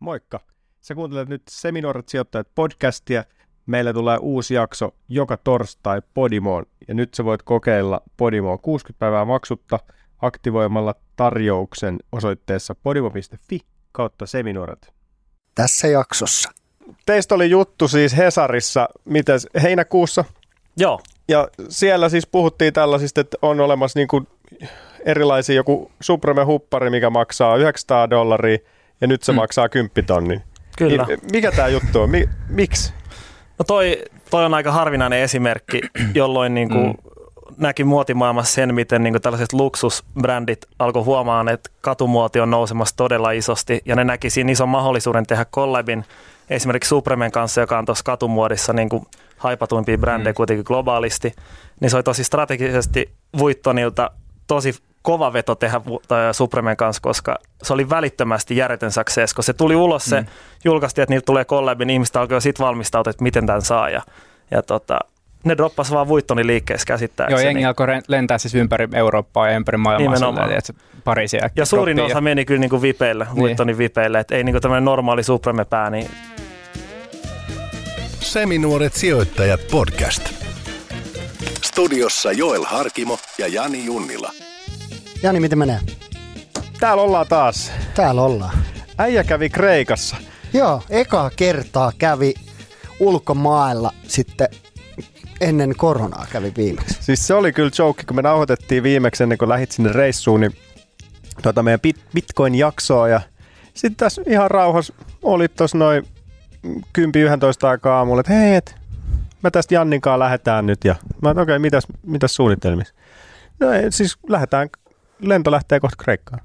Moikka! Sä kuuntelet nyt Seminuoret sijoittajat podcastia. Meillä tulee uusi jakso joka torstai Podimoon. Ja nyt sä voit kokeilla Podimoa 60 päivää maksutta aktivoimalla tarjouksen osoitteessa podimo.fi/seminuoret. Tässä jaksossa. Teistä oli juttu siis Hesarissa, mitäs heinäkuussa? Joo. Ja siellä siis puhuttiin tällaisista, että on olemassa niinku erilaisia joku Supreme-huppari, mikä maksaa $900 ja nyt se maksaa 10 000. Kyllä. Mikä tämä juttu on? Miksi? No toi on aika harvinainen esimerkki, jolloin niinku näki muotimaailmassa sen, miten niinku tällaiset luksusbrändit alkoi huomaan, että katumuoti on nousemassa todella isosti ja ne näki siinä ison mahdollisuuden tehdä collabin esimerkiksi Supremen kanssa, joka on tuossa katumuodissa niinku haipatuimpia brändejä kuitenkin globaalisti, niin se oli tosi strategisesti Vuittonilta tosi kova veto tehdä Supremen kanssa, koska se oli välittömästi järjetön success, kun se tuli ulos, se julkaistiin, että niiltä tulee collabin, niin ihmiset alkoi sitten valmistautua, että miten tämän saa, ja ne droppasi vaan Vuittonin liikkeessä käsittääkseni. Joo, jengi alkoi lentää siis ympäri Eurooppaa ja ympäri maailmaa, Pariisia. Ja suurin osa meni kyllä niinku vipeille, Vuittonin vipeille, että ei niinku tämmöinen normaali Supreme-pää. Niin... Seminuoret sijoittajat podcast. Studiossa Joel Harkimo ja Jani Junnila. Jani, miten menee? Täällä ollaan taas. Täällä ollaan. Äijä kävi Kreikassa. Joo, ekaa kertaa kävi ulkomailla sitten ennen koronaa kävi viimeksi. Siis se oli kyllä joke, kun me nauhoitettiin viimeksi ennen kuin lähit sinne reissuun, niin meidän Bitcoin-jaksoa ja sitten tässä ihan rauhassa oli tuossa noin 10-11 aikaa aamulla, että hei, mä tästä Janninkaan lähdetään nyt ja mä oon okei, mitäs suunnitelmissa? No ei, siis lento lähtee kohta Kreikkaan.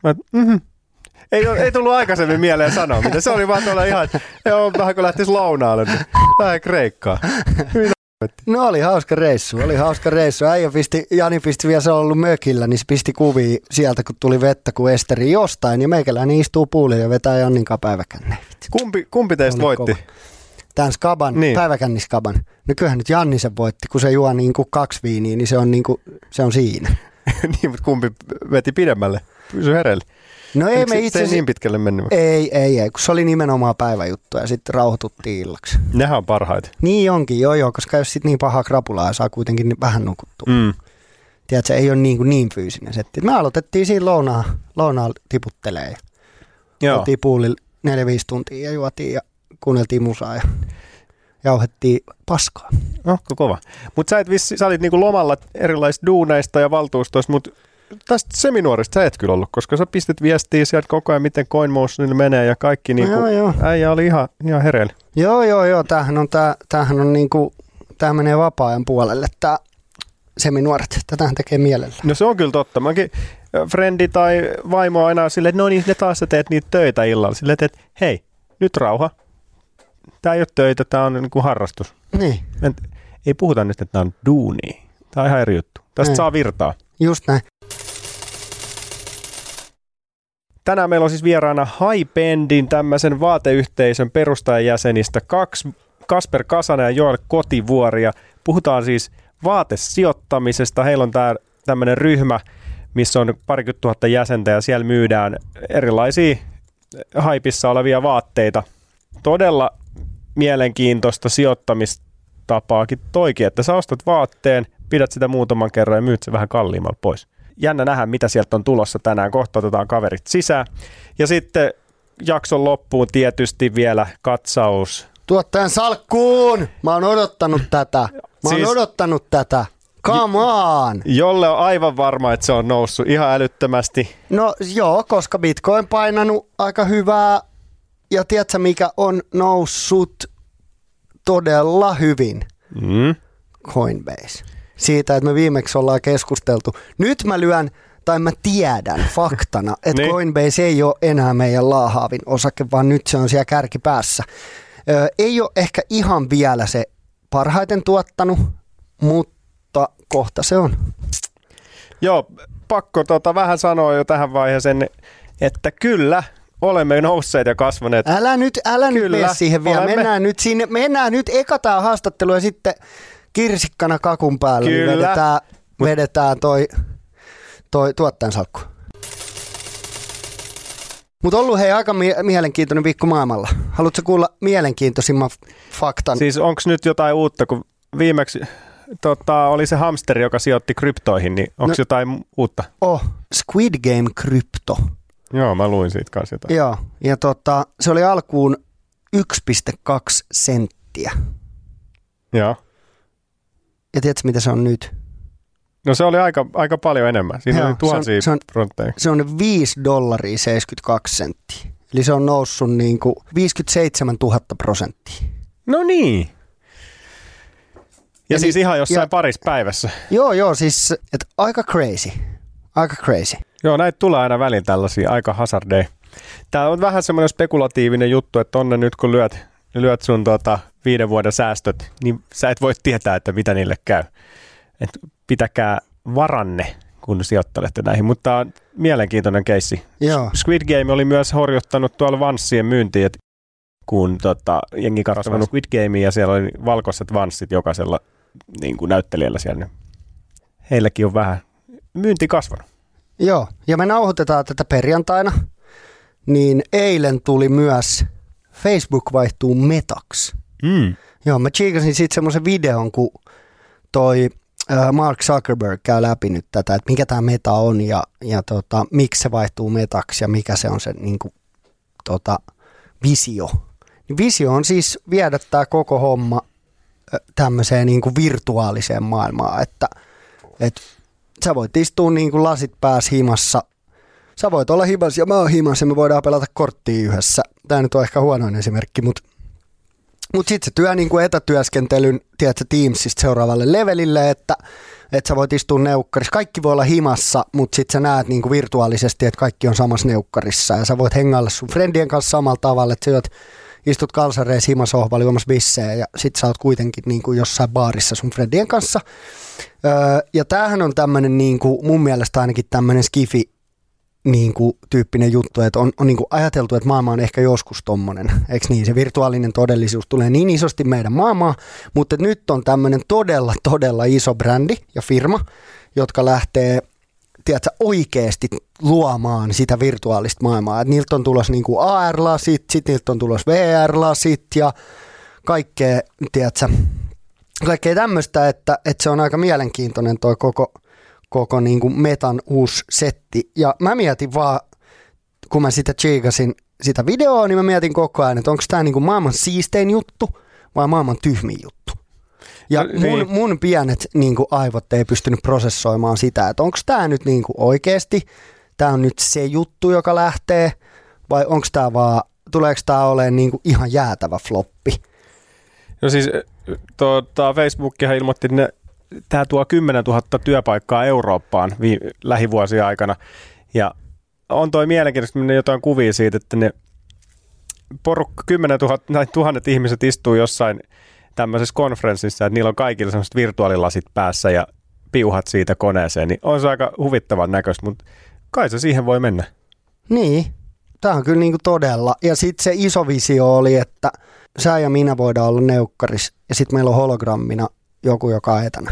Ei tullut aikaisemmin mieleen sanoa, mitä se oli vaan tuolla ihan, että vähän kun lähtisi lounaalle, niin lähde Kreikkaan. No oli hauska reissu. Jani pisti vielä, se on ollut mökillä, niin se pisti kuvia sieltä, kun tuli vettä kuin esteri jostain, ja meikäläinen istuu puolille ja vetää Janninkaan päiväkänneen. Kumpi teistä voitti? Tämän skaban, niin. Päiväkänniskaban. No kyllähän nyt Janni sen voitti, kun se juo niin kuin 2 viiniä, niin se on siinä. Niin, mutta kumpi veti pidemmälle? Pysy hereillä. No ei me itse niin pitkälle mennyt? Ei, kun se oli nimenomaan päiväjuttu ja sitten rauhoituttiin illaksi. Nehän on parhaita. Niin onkin, joo, koska jos sitten niin pahaa krapulaa ja saa kuitenkin vähän nukuttua. Tiedätkö, ei ole niin fyysinen setti. Me aloitettiin siinä lounaa tiputtelee. Oltiin puulilla 4-5 tuntia ja juotiin ja kuunneltiin musaa ja jauhettiin paskaa. Kova. Mutta sä olit niinku lomalla erilaisista duuneista ja valtuustoista, mutta tästä Seminuorista sä et kyllä ollut, koska sä pistit viestiä sieltä koko ajan, miten CoinMotionille menee ja kaikki niinku, äijä oli ihan hereillä. Joo, tämähän on niinku, tää menee vapaa-ajan puolelle, tää Seminuoret, tätähän tekee mielellä. No se on kyllä totta. Mäkin frendi tai vaimo aina silleen, että no niin, ne taas sä teet niitä töitä illalla. Silleen, että hei, nyt rauha. Tää ei ole töitä, tää on niinku harrastus. Niin. Ei puhuta nyt, että tää on duunia. Tää on ihan eri juttu. Tästä saa virtaa. Just näin. Tänään meillä on siis vieraana Hypendin tämmöisen vaateyhteisön perustajajäsenistä 2 Kasper Kasanen ja Joel Kotivuori. Ja puhutaan siis vaatesijoittamisesta. Heillä on tämmöinen ryhmä, missä on 20 000 jäsentä ja siellä myydään erilaisia Hypissa olevia vaatteita. Todella mielenkiintoista sijoittamistapaakin toikin, että sä ostat vaatteen, pidät sitä muutaman kerran ja myyt se vähän kalliimmalla pois. Jännä nähdä, mitä sieltä on tulossa tänään. Kohta otetaan kaverit sisään. Ja sitten jakson loppuun tietysti vielä katsaus. Tuottajan salkkuun! Mä oon odottanut tätä. Come on! Jolle on aivan varma, että se on noussut ihan älyttömästi. No joo, koska Bitcoin painanut aika hyvää. Ja tiedätkö, mikä on noussut todella hyvin? Coinbase. Siitä, että me viimeksi ollaan keskusteltu. Nyt mä tiedän faktana, että Coinbase ei ole enää meidän laahaavin osake, vaan nyt se on siellä kärkipäässä. Ei ole ehkä ihan vielä se parhaiten tuottanut, mutta kohta se on. Joo, pakko vähän sanoa jo tähän vaiheeseen, että kyllä olemme nousseet ja kasvaneet. Älä nyt mene siihen vielä. Mennään nyt eka tää haastattelu ja sitten kirsikkana kakun päälle niin vedetään toi tuottajan salkku. Mutta ollut hei aika mielenkiintoinen viikko maailmalla. Haluatko kuulla mielenkiintoisimman faktan? Siis onko nyt jotain uutta, kun viimeksi oli se hamsteri, joka sijoitti kryptoihin, niin onko jotain uutta? Squid Game krypto. Joo, mä luin siitä kanssa jotain. Joo, ja se oli alkuun 1,2 senttiä. Joo. Ja tiedätkö, mitä se on nyt? No se oli aika paljon enemmän. Siinä oli tuhansia frontteja. Se on $5.72. Eli se on noussut niin kuin 57 000%. No niin. Ja siis ihan jossain parissa päivässä. Joo, siis että aika crazy. Aika crazy. Joo, näitä tulee aina väliin tällaisia aika hazardeja. Tämä on vähän semmoinen spekulatiivinen juttu, että onne nyt kun lyöt sun 5 vuoden säästöt, niin sä et voi tietää, että mitä niille käy. Et pitäkää varanne, kun sijoittelette näihin, mutta tämä on mielenkiintoinen keissi. Joo. Squid Game oli myös horjuttanut tuolla vanssien myyntiin, että kun jengi kasvanut Squid Gamea ja siellä oli valkoiset vanssit jokaisella niin kuin näyttelijällä siellä, niin heilläkin on vähän myynti kasvanut. Joo, ja me nauhoitetaan tätä perjantaina, niin eilen tuli myös Facebook vaihtuu Metaksi. Joo, mä chiikasin sitten semmoisen videon, kun toi Mark Zuckerberg käy läpi nyt tätä, että mikä tämä Meta on ja miksi se vaihtuu Metaksi ja mikä se on se niinku, visio. Niin visio on siis viedä tämä koko homma tämmöiseen niinku virtuaaliseen maailmaan, että sä voit istua niinku lasit päässä himassa. Sä voit olla himassa ja mä oon himassa ja me voidaan pelata korttia yhdessä. Tää nyt on ehkä huonoin esimerkki, mutta sitten se työ niinku etätyöskentelyn, tiedätkö, Teamsista seuraavalle levelille, että sä voit istua neukkarissa. Kaikki voi olla himassa, mutta sitten sä näet niinku virtuaalisesti, että kaikki on samassa neukkarissa. Ja sä voit hengailla sun friendien kanssa samalla tavalla, että sä istut kalsareissa himasohvalla juomassa bissejä ja sit sä oot kuitenkin niinku jossain baarissa sun friendien kanssa. Ja tämähän on tämmönen niinku, mun mielestä ainakin tämmönen skifi niinku tyyppinen juttu, että on niinku ajateltu, että maailma on ehkä joskus tommonen, eikö niin? Se virtuaalinen todellisuus tulee niin isosti meidän maailmaan, mutta nyt on tämmöinen todella iso brändi ja firma, jotka lähtee, tiedätkö, oikeasti luomaan sitä virtuaalista maailmaa. Et niiltä on tulossa niinku AR-lasit, sitten niiltä on tulossa VR-lasit ja kaikkea, tiedätkö, kaikkea tämmöistä, että se on aika mielenkiintoinen toi koko niin kuin Metan uusi setti. Ja mä mietin vaan, kun mä sitä chiikasin sitä videoa, niin mä mietin koko ajan, että onko tämä niin kuin maailman siistein juttu vai maailman tyhmin juttu. Ja mun pienet niin kuin aivot ei pystynyt prosessoimaan sitä, että onko tämä nyt niin kuin oikeasti, tämä on nyt se juttu, joka lähtee, vai onko tämä vaan, tuleeko tämä olemaan niin kuin ihan jäätävä floppi? No siis Facebookihan ilmoitti, että tämä tuo 10 000 työpaikkaa Eurooppaan lähivuosien aikana. Ja on toi mielenkiintoista, että jotain kuvia siitä, että ne 10 000, tuhannet ihmiset istuu jossain tämmöisessä konferenssissa, että niillä on kaikilla sellaiset virtuaalilasit päässä ja piuhat siitä koneeseen. Niin on se aika huvittavan näköistä, mutta kai se siihen voi mennä. Niin, tämä on kyllä niinku todella. Ja sitten se iso visio oli, että sä ja minä voidaan olla neukkarissa ja sitten meillä on hologrammina joku, joka on etänä.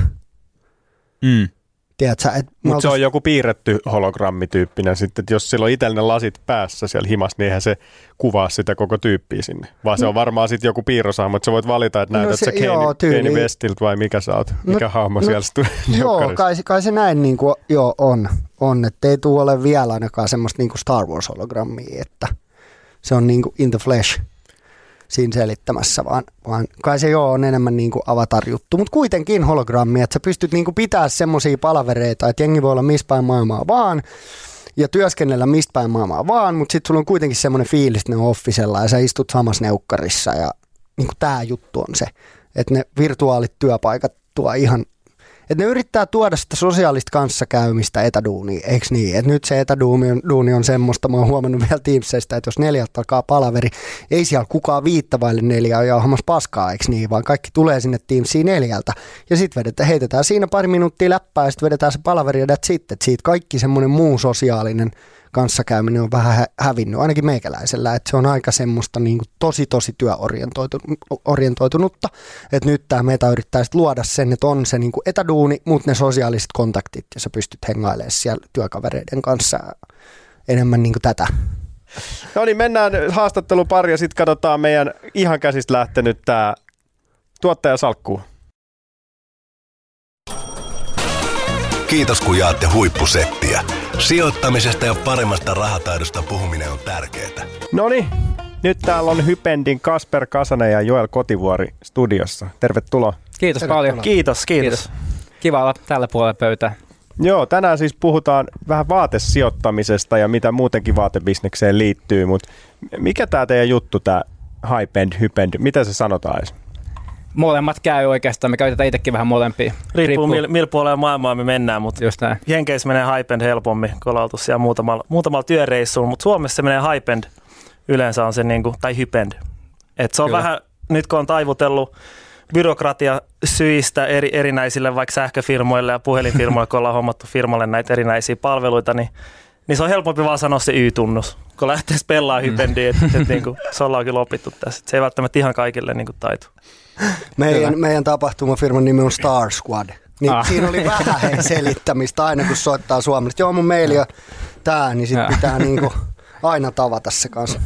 Mutta se on joku piirretty hologrammityyppinen sitten, että jos sillä on itsellinen lasit päässä siellä himassa, niin eihän se kuvaa sitä koko tyyppiä sinne. Vaan se on varmaan sitten joku piirrosa, mutta sä voit valita, että näytät sä Kanye Westiltä vai mikä sä oot, mikä hahmo siellä joo, kai se näin niin kuin, on, että ei tule ole vielä ainakaan semmoista niin kuin Star Wars-hologrammia, että se on niin kuin in the flesh siinä selittämässä, vaan kai se on enemmän niin kuin avatar-juttu, mutta kuitenkin hologrammi, että sä pystyt niin kuin pitää semmoisia palavereita, että jengi voi olla missä päin maailmaa vaan ja työskennellä mistä päin maailmaa vaan, mutta sitten sulla on kuitenkin semmoinen fiilis, että ne on offisella ja sä istut samassa neukkarissa ja niin kuin tää juttu on se, että ne virtuaalit työpaikat tuo ihan, että ne yrittää tuoda sitä sosiaalista kanssakäymistä etäduunia, eikö niin? Että nyt se etäduuni on semmoista, mä oon huomannut vielä Teamsista, että jos 4 alkaa palaveri, ei siellä kukaan 5-4 ole jauhamassa paskaa, eikö niin? Vaan kaikki tulee sinne Teamsiin 4 ja sitten heitetään siinä pari minuuttia läppää ja sitten vedetään se palaveri ja that's it. Että siitä kaikki semmoinen muu sosiaalinen kanssakäyminen on vähän hävinnyt, ainakin meikäläisellä, että se on aika semmoista niin kuin tosi työorientoitunutta, että nyt tämä Meta yrittää luoda sen, että on se niin kuin etäduuni, mutta ne sosiaaliset kontaktit ja sä pystyt hengailemaan siellä työkavereiden kanssa enemmän niin kuin tätä. No niin, mennään haastattelun pari ja sitten katsotaan meidän ihan käsistä lähtenyt tämä tuottajasalkku. Kiitos kun jaatte huippusettiä. Sijoittamisesta ja paremmasta rahataidosta puhuminen on tärkeää. No niin, nyt täällä on Hypendin Kasper Kasanen ja Joel Kotivuori studiossa. Tervetuloa. Kiitos paljon. Kiitos. Kiva olla tällä puolella pöytää. Joo, tänään siis puhutaan vähän vaatesijoittamisesta ja mitä muutenkin vaatebisnekseen liittyy, mutta mikä tämä teidän juttu, tämä Hypend, mitä se sanotaan edes? Molemmat käy oikeastaan, me käytetään itsekin vähän molempia. Riippuu millä puolella maailmaa me mennään, mutta Jenkeissä menee Hypend helpommin, kun ollaan oltu siellä muutamalla työreissulla, mutta Suomessa menee Hypend yleensä on se, tai Hypend. Et se on Kyllä. vähän, nyt kun on taivutellut byrokratia syistä erinäisille vaikka sähköfirmoille ja puhelinfirmoille, kun ollaan hommattu firmalle näitä erinäisiä palveluita, niin se on helpompi vaan sanoa se Y-tunnus, kun lähtee pelaamaan Hypendiin, että se ollaan kyllä opittu tässä. Et se ei välttämättä ihan kaikille taitu. Meidän tapahtumafirman nimi on Star Squad. Niin siinä oli vähän selittämistä aina, kun soittaa suomalaisesti. Joo, mun maili on tää, niin sit pitää aina tavata se kanssa.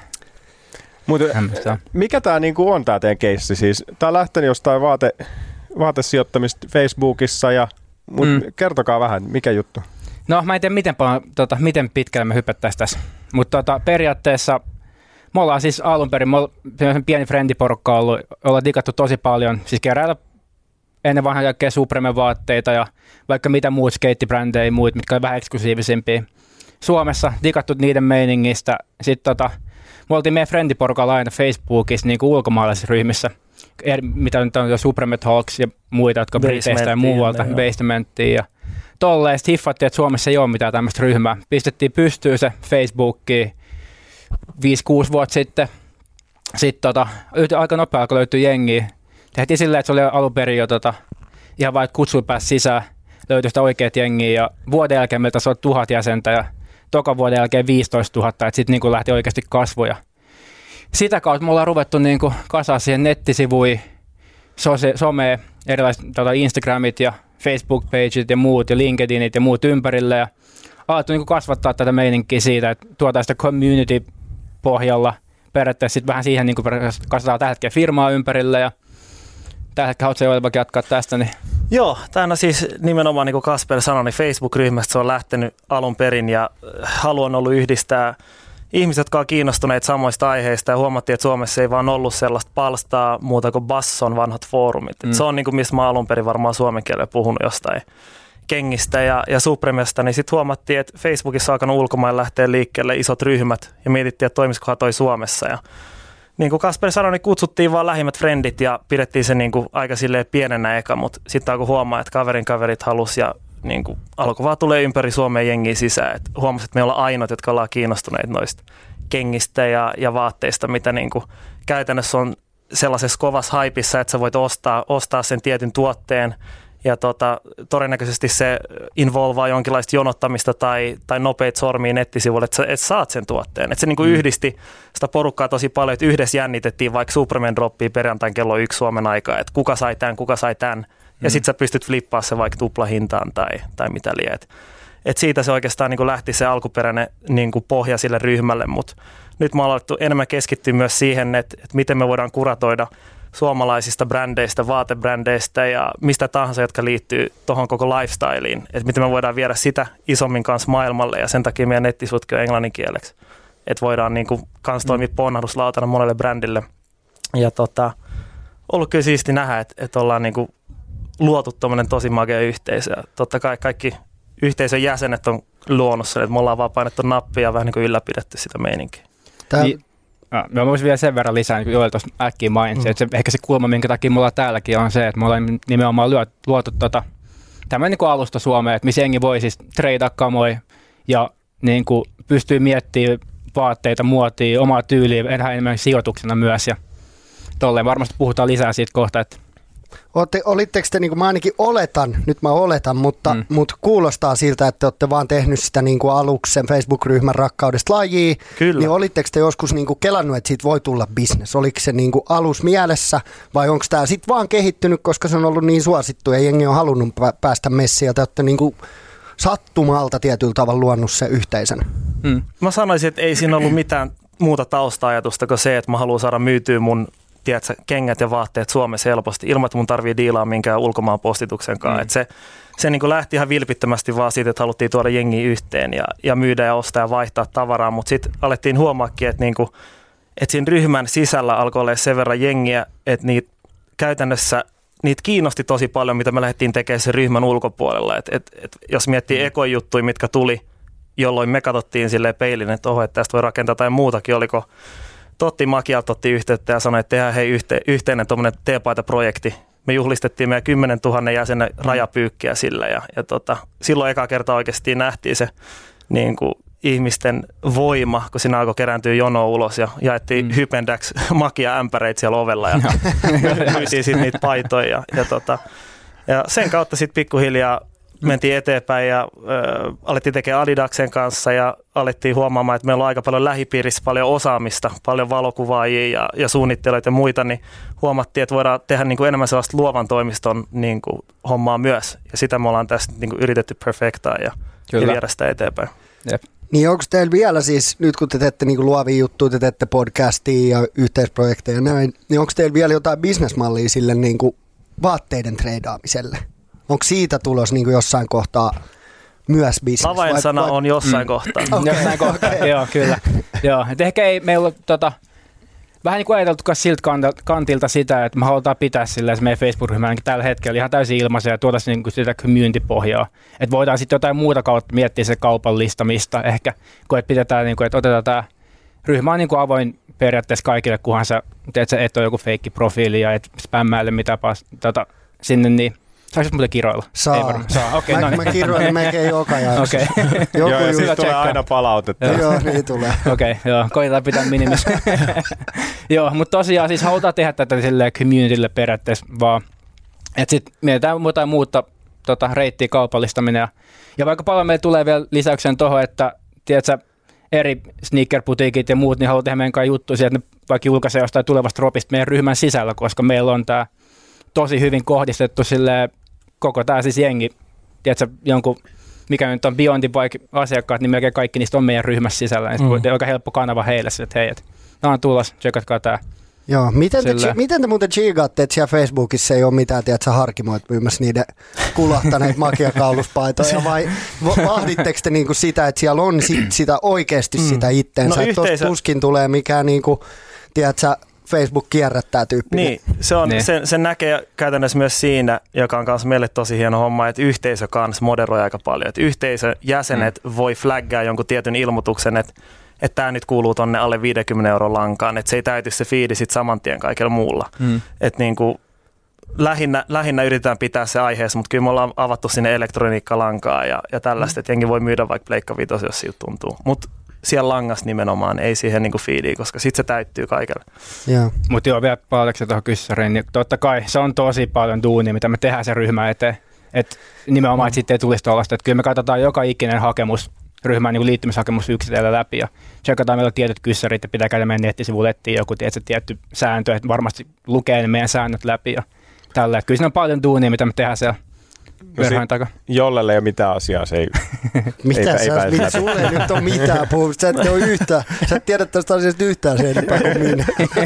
Mutta mikä tämä on tämä teidän keissi? Siis, tämä on lähtenyt jostain vaatesijoittamista Facebookissa, kertokaa vähän, mikä juttu? No mä en tiedä, miten pitkälle me hypättäisiin tässä, mutta periaatteessa me ollaan siis alun perin, pieni friendiporukka ollut, ollaan digattu tosi paljon, siis keräillä ennen vanhan jälkeen Supreme-vaatteita ja vaikka mitä muut skeittibrändejä ja muut, mitkä on vähän eksklusiivisempia. Suomessa digattu niiden meiningistä, sitten me oltiin meidän friendiporukalla aina Facebookissa ulkomaalaisissa ryhmissä, mitä nyt on jo Supreme Talks ja muita, jotka Briteistä ja muualta, Basementtia ja tolleen. Sitten hiffattiin, että Suomessa ei ole mitään tämmöistä ryhmää. Pistettiin pystyyn se Facebookiin 5-6 vuotta sitten. Sitten aika nopeasti alkoi löytyä jengiä. Tehtiin silleen, että se oli alun perin jo ihan vain kutsuilla pääsi sisään, löytyi sitä oikeat jengiä ja vuoden jälkeen meiltä on 1000 jäsentä ja toka vuoden jälkeen 15 000, että sitten lähti oikeasti kasvuja. Sitä kautta me ollaan ruvettu kasaa siihen nettisivuihin, someen, erilaiset Instagramit ja Facebook-pageit ja muut ja LinkedInit ja muut ympärille ja alettu kasvattaa tätä meininkiä siitä, että tuotaan sitä community-pohjalla periaatteessa sitten vähän siihen kasataan tällä hetkellä firmaa ympärille ja tällä hetkellä haluatko Joel vaikka jatkaa tästä? Niin. Joo, tämä siis nimenomaan niin kuin Kasper sanoi, niin Facebook-ryhmästä se on lähtenyt alun perin ja halu on ollut yhdistää ihmiset, jotka on kiinnostuneet samoista aiheista ja huomattiin, että Suomessa ei vaan ollut sellaista palstaa muuta kuin Basson vanhat foorumit. Se on mistä mä alun perin varmaan suomen kielellä puhunut jostain kengistä ja Supremesta, niin sitten huomattiin, että Facebookissa on alkanut ulkomailla lähteä liikkeelle isot ryhmät ja mietittiin, että toimisikohan toi Suomessa. Ja niin kuin Kasper sanoi, niin kutsuttiin vaan lähimmät frendit ja pidettiin se aika silleen pienenä eka, mutta sitten alkoi huomaa, että kaverit halusi ja alkoi vaan tulee ympäri Suomeen jengiä sisään. Et huomasi, että me ollaan ainoat, jotka ollaan kiinnostuneet noista kengistä ja vaatteista, mitä käytännössä on sellaisessa kovassa haipissa, että sä voit ostaa sen tietyn tuotteen ja todennäköisesti se involvaa jonkinlaista jonottamista tai nopeita sormia nettisivuille, että sä saat sen tuotteen. Että se yhdisti sitä porukkaa tosi paljon, että yhdessä jännitettiin vaikka Superman droppia perjantain kello 1 Suomen aikaa, että kuka sai tämän. Ja sitten sä pystyt flippaamaan se vaikka tuplahintaan tai mitä liet. Et siitä se oikeastaan lähti se alkuperäinen pohja sille ryhmälle, mutta nyt me ollaan alettu enemmän keskittyä myös siihen, että miten me voidaan kuratoida suomalaisista brändeistä, vaatebrändeistä ja mistä tahansa, jotka liittyy tuohon koko lifestyleen. Että miten me voidaan viedä sitä isommin kanssa maailmalle ja sen takia meidän nettisivutkin on englanninkieleksi. Että voidaan kans toimia ponnahduslautana monelle brändille. Ja ollut kyllä siisti nähdä, että ollaan luotu tuommoinen tosi magea yhteisö. Ja totta kai kaikki yhteisön jäsenet on luonut sen, että me ollaan vaan painettu nappia ja vähän ylläpidetty sitä meininkiä. Mä voisin vielä sen verran lisää, niin Joel tuossa äkkiä mainitsi, että ehkä se kulma, minkä takia me ollaan täälläkin, on se, että me ollaan nimenomaan luotu tämmöinen alusta Suomeen, että missä jengi voi siis treidaa kamoja ja pystyy miettimään vaatteita, muotia, omaa tyyliä, enemmän sijoituksena myös ja tolleen varmasti puhutaan lisää siitä kohta, että Olitteko te, mä ainakin oletan, mutta kuulostaa siltä, että te olette vaan tehnyt sitä aluksi sen Facebook-ryhmän rakkaudesta lajia. Kyllä. Niin olitteko te joskus kelannut, että siitä voi tulla business? Oliko se alus mielessä vai onko tämä sitten vaan kehittynyt, koska se on ollut niin suosittu ja jengi on halunnut päästä messiin ja te olette sattumalta tietyllä tavalla luonut se yhteisön. Mä sanoisin, että ei siinä ollut mitään muuta tausta-ajatusta kuin se, että mä haluan saada myytyä mun kengät ja vaatteet Suomessa helposti, ilman että mun tarvii diilaa minkään ulkomaan postituksen kanssa. Se niin kuin lähti ihan vilpittömästi vaan siitä, että haluttiin tuoda jengiä yhteen ja myydä ja ostaa ja vaihtaa tavaraa, mutta sitten alettiin huomaakin, että, että siinä ryhmän sisällä alkoi olla sen verran jengiä, että käytännössä niitä kiinnosti tosi paljon, mitä me lähdettiin tekemään sen ryhmän ulkopuolella. Et jos miettii ekojuttuja, mitkä tuli, jolloin me katsottiin silleen peilin, että oho, että tästä voi rakentaa tai muutakin, oliko Totti Makialta otti yhteyttä ja sanoi, että tehdään yhteinen tuommoinen teepaitaprojekti. Me juhlistettiin meidän 10 000 jäsenen rajapyykkiä sillä ja silloin eka kertaa oikeasti nähtiin se niin kuin ihmisten voima, kun siinä alkoi kerääntyä jonoa ulos ja jaettiin Hypendäks makia ämpäreitä siellä ovella ja myytiin sitten niitä paitoja ja sen kautta sitten pikkuhiljaa mentiin eteenpäin ja alettiin tekemään Adidaksen kanssa ja alettiin huomaamaan, että meillä on aika paljon lähipiirissä paljon osaamista, paljon valokuvaajia ja suunnittelijoita ja muita, niin huomattiin, että voidaan tehdä niin kuin enemmän sellaista luovan toimiston niin kuin hommaa myös. Ja sitä me ollaan tässä niin kuin yritetty perfektaa ja viedä sitä eteenpäin. Jep. Niin onko teillä vielä siis, nyt kun te teette niin kuin luovia juttuja, te teette podcastia ja yhteisprojekteja ja näin, niin onko teillä vielä jotain bisnesmallia sille niin kuin vaatteiden treidaamiselle? Onko siitä tulos niin kuin jossain kohtaa myös bisnes? Avainsana on jossain kohtaa. Okay. Jossain kohtaa, joo, kyllä. Joo. Et ehkä ei meillä vähän niin kuin ajateltu siltä kantilta sitä, että me halutaan pitää sillä meidän Facebook-ryhmä tällä hetkellä ihan täysin ilmaisen ja tuoda niin sitä myyntipohjaa. Että voidaan sitten jotain muuta kautta miettiä se kaupallistamista ehkä, kun pidetään, niin kuin, että otetaan tämä ryhmä on niin kuin avoin periaatteessa kaikille, kunhan sä teet, et ole joku feikkiprofiili ja et spämmäile mitään sinne, niin saako muuten kiroilla? Saa. Ei varmaan. Saa. Okay, mä kiroilen melkein joka jakso. Okay. Joo, ja siis tulee aina palautetta. Joo, niin tulee. Okei, joo, koitetaan pitää minimissä. Joo, mutta tosiaan siis halutaan tehdä tätä silleen communitylle periaatteessa vaan, että sitten mietitään jotain muuta reittiä kaupallistaminen ja vaikka paljon meillä tulee vielä lisäyksen tuohon, että tiedätkö, eri sneaker-putiikit ja muut, niin haluaa tehdä meidän kanssa juttuja, että ne vaikka julkaisee jostain tulevasta dropista meidän ryhmän sisällä, koska meillä on tämä tosi hyvin kohdistettu silleen, koko tämä siis jengi, tiedätkö, jonkun, mikä nyt on Beyondin vaikka asiakkaat, niin melkein kaikki niistä on meidän ryhmässä sisällä, niin on aika helppo kanava heille, että hei, nämä on tulossa, tsekatkaa tämä. Joo, miten te muuten chiigaatte, että siellä Facebookissa ei ole mitään, tiedätkö, harkimoit myymässä niiden kulahtaneita makiakauluspaitoja, vai vahditteko te niinku sitä, että siellä on sitä oikeasti sitä itteensä, että tuosta tuskin tulee mikään, niinku, tiedätkö, Facebook kierrättää tyyppinen. Niin, se on, niin. Sen näkee käytännössä myös siinä, joka on myös meille tosi hieno homma, että yhteisö kanssa moderoi aika paljon. Että yhteisön jäsenet voi flaggaa jonkun tietyn ilmoituksen, että tämä nyt kuuluu tonne alle 50 € lankaan, että se ei täyty se fiidi sitten saman tien kaikella muulla. Että niin kuin lähinnä yritetään pitää se aiheessa, mutta kyllä me ollaan avattu sinne elektroniikkalankaa ja tällaista, että jengi voi myydä vaikka Pleikka 5, jos siltä tuntuu. Mutta siellä langassa nimenomaan, ei siihen niinku feediin, koska sitten se täyttyy kaikille. Mutta joo, vielä palautuksena tuohon kyssäriin, niin totta kai se on tosi paljon duunia, mitä me tehdään sen ryhmän eteen. Että nimenomaan, että sitten ei tulisi tuollaista, että kyllä me katsotaan joka ikinen hakemus, ryhmän niin liittymishakemus yksitellen läpi ja tsekataan meillä tietyt kyssärit ja pitää käydä meidän nettisivuille etsiä joku tietty sääntö, että varmasti lukee ne meidän säännöt läpi ja tällä. Kyllä siinä on paljon duunia, mitä me tehdään siellä. Jollelle ei ole mitään asiaa, se ei Mitä sulle ei nyt ole mitään puhua, sä et ole yhtään, sä et tiedä tästä asiasta yhtään sen enempää kuin minä.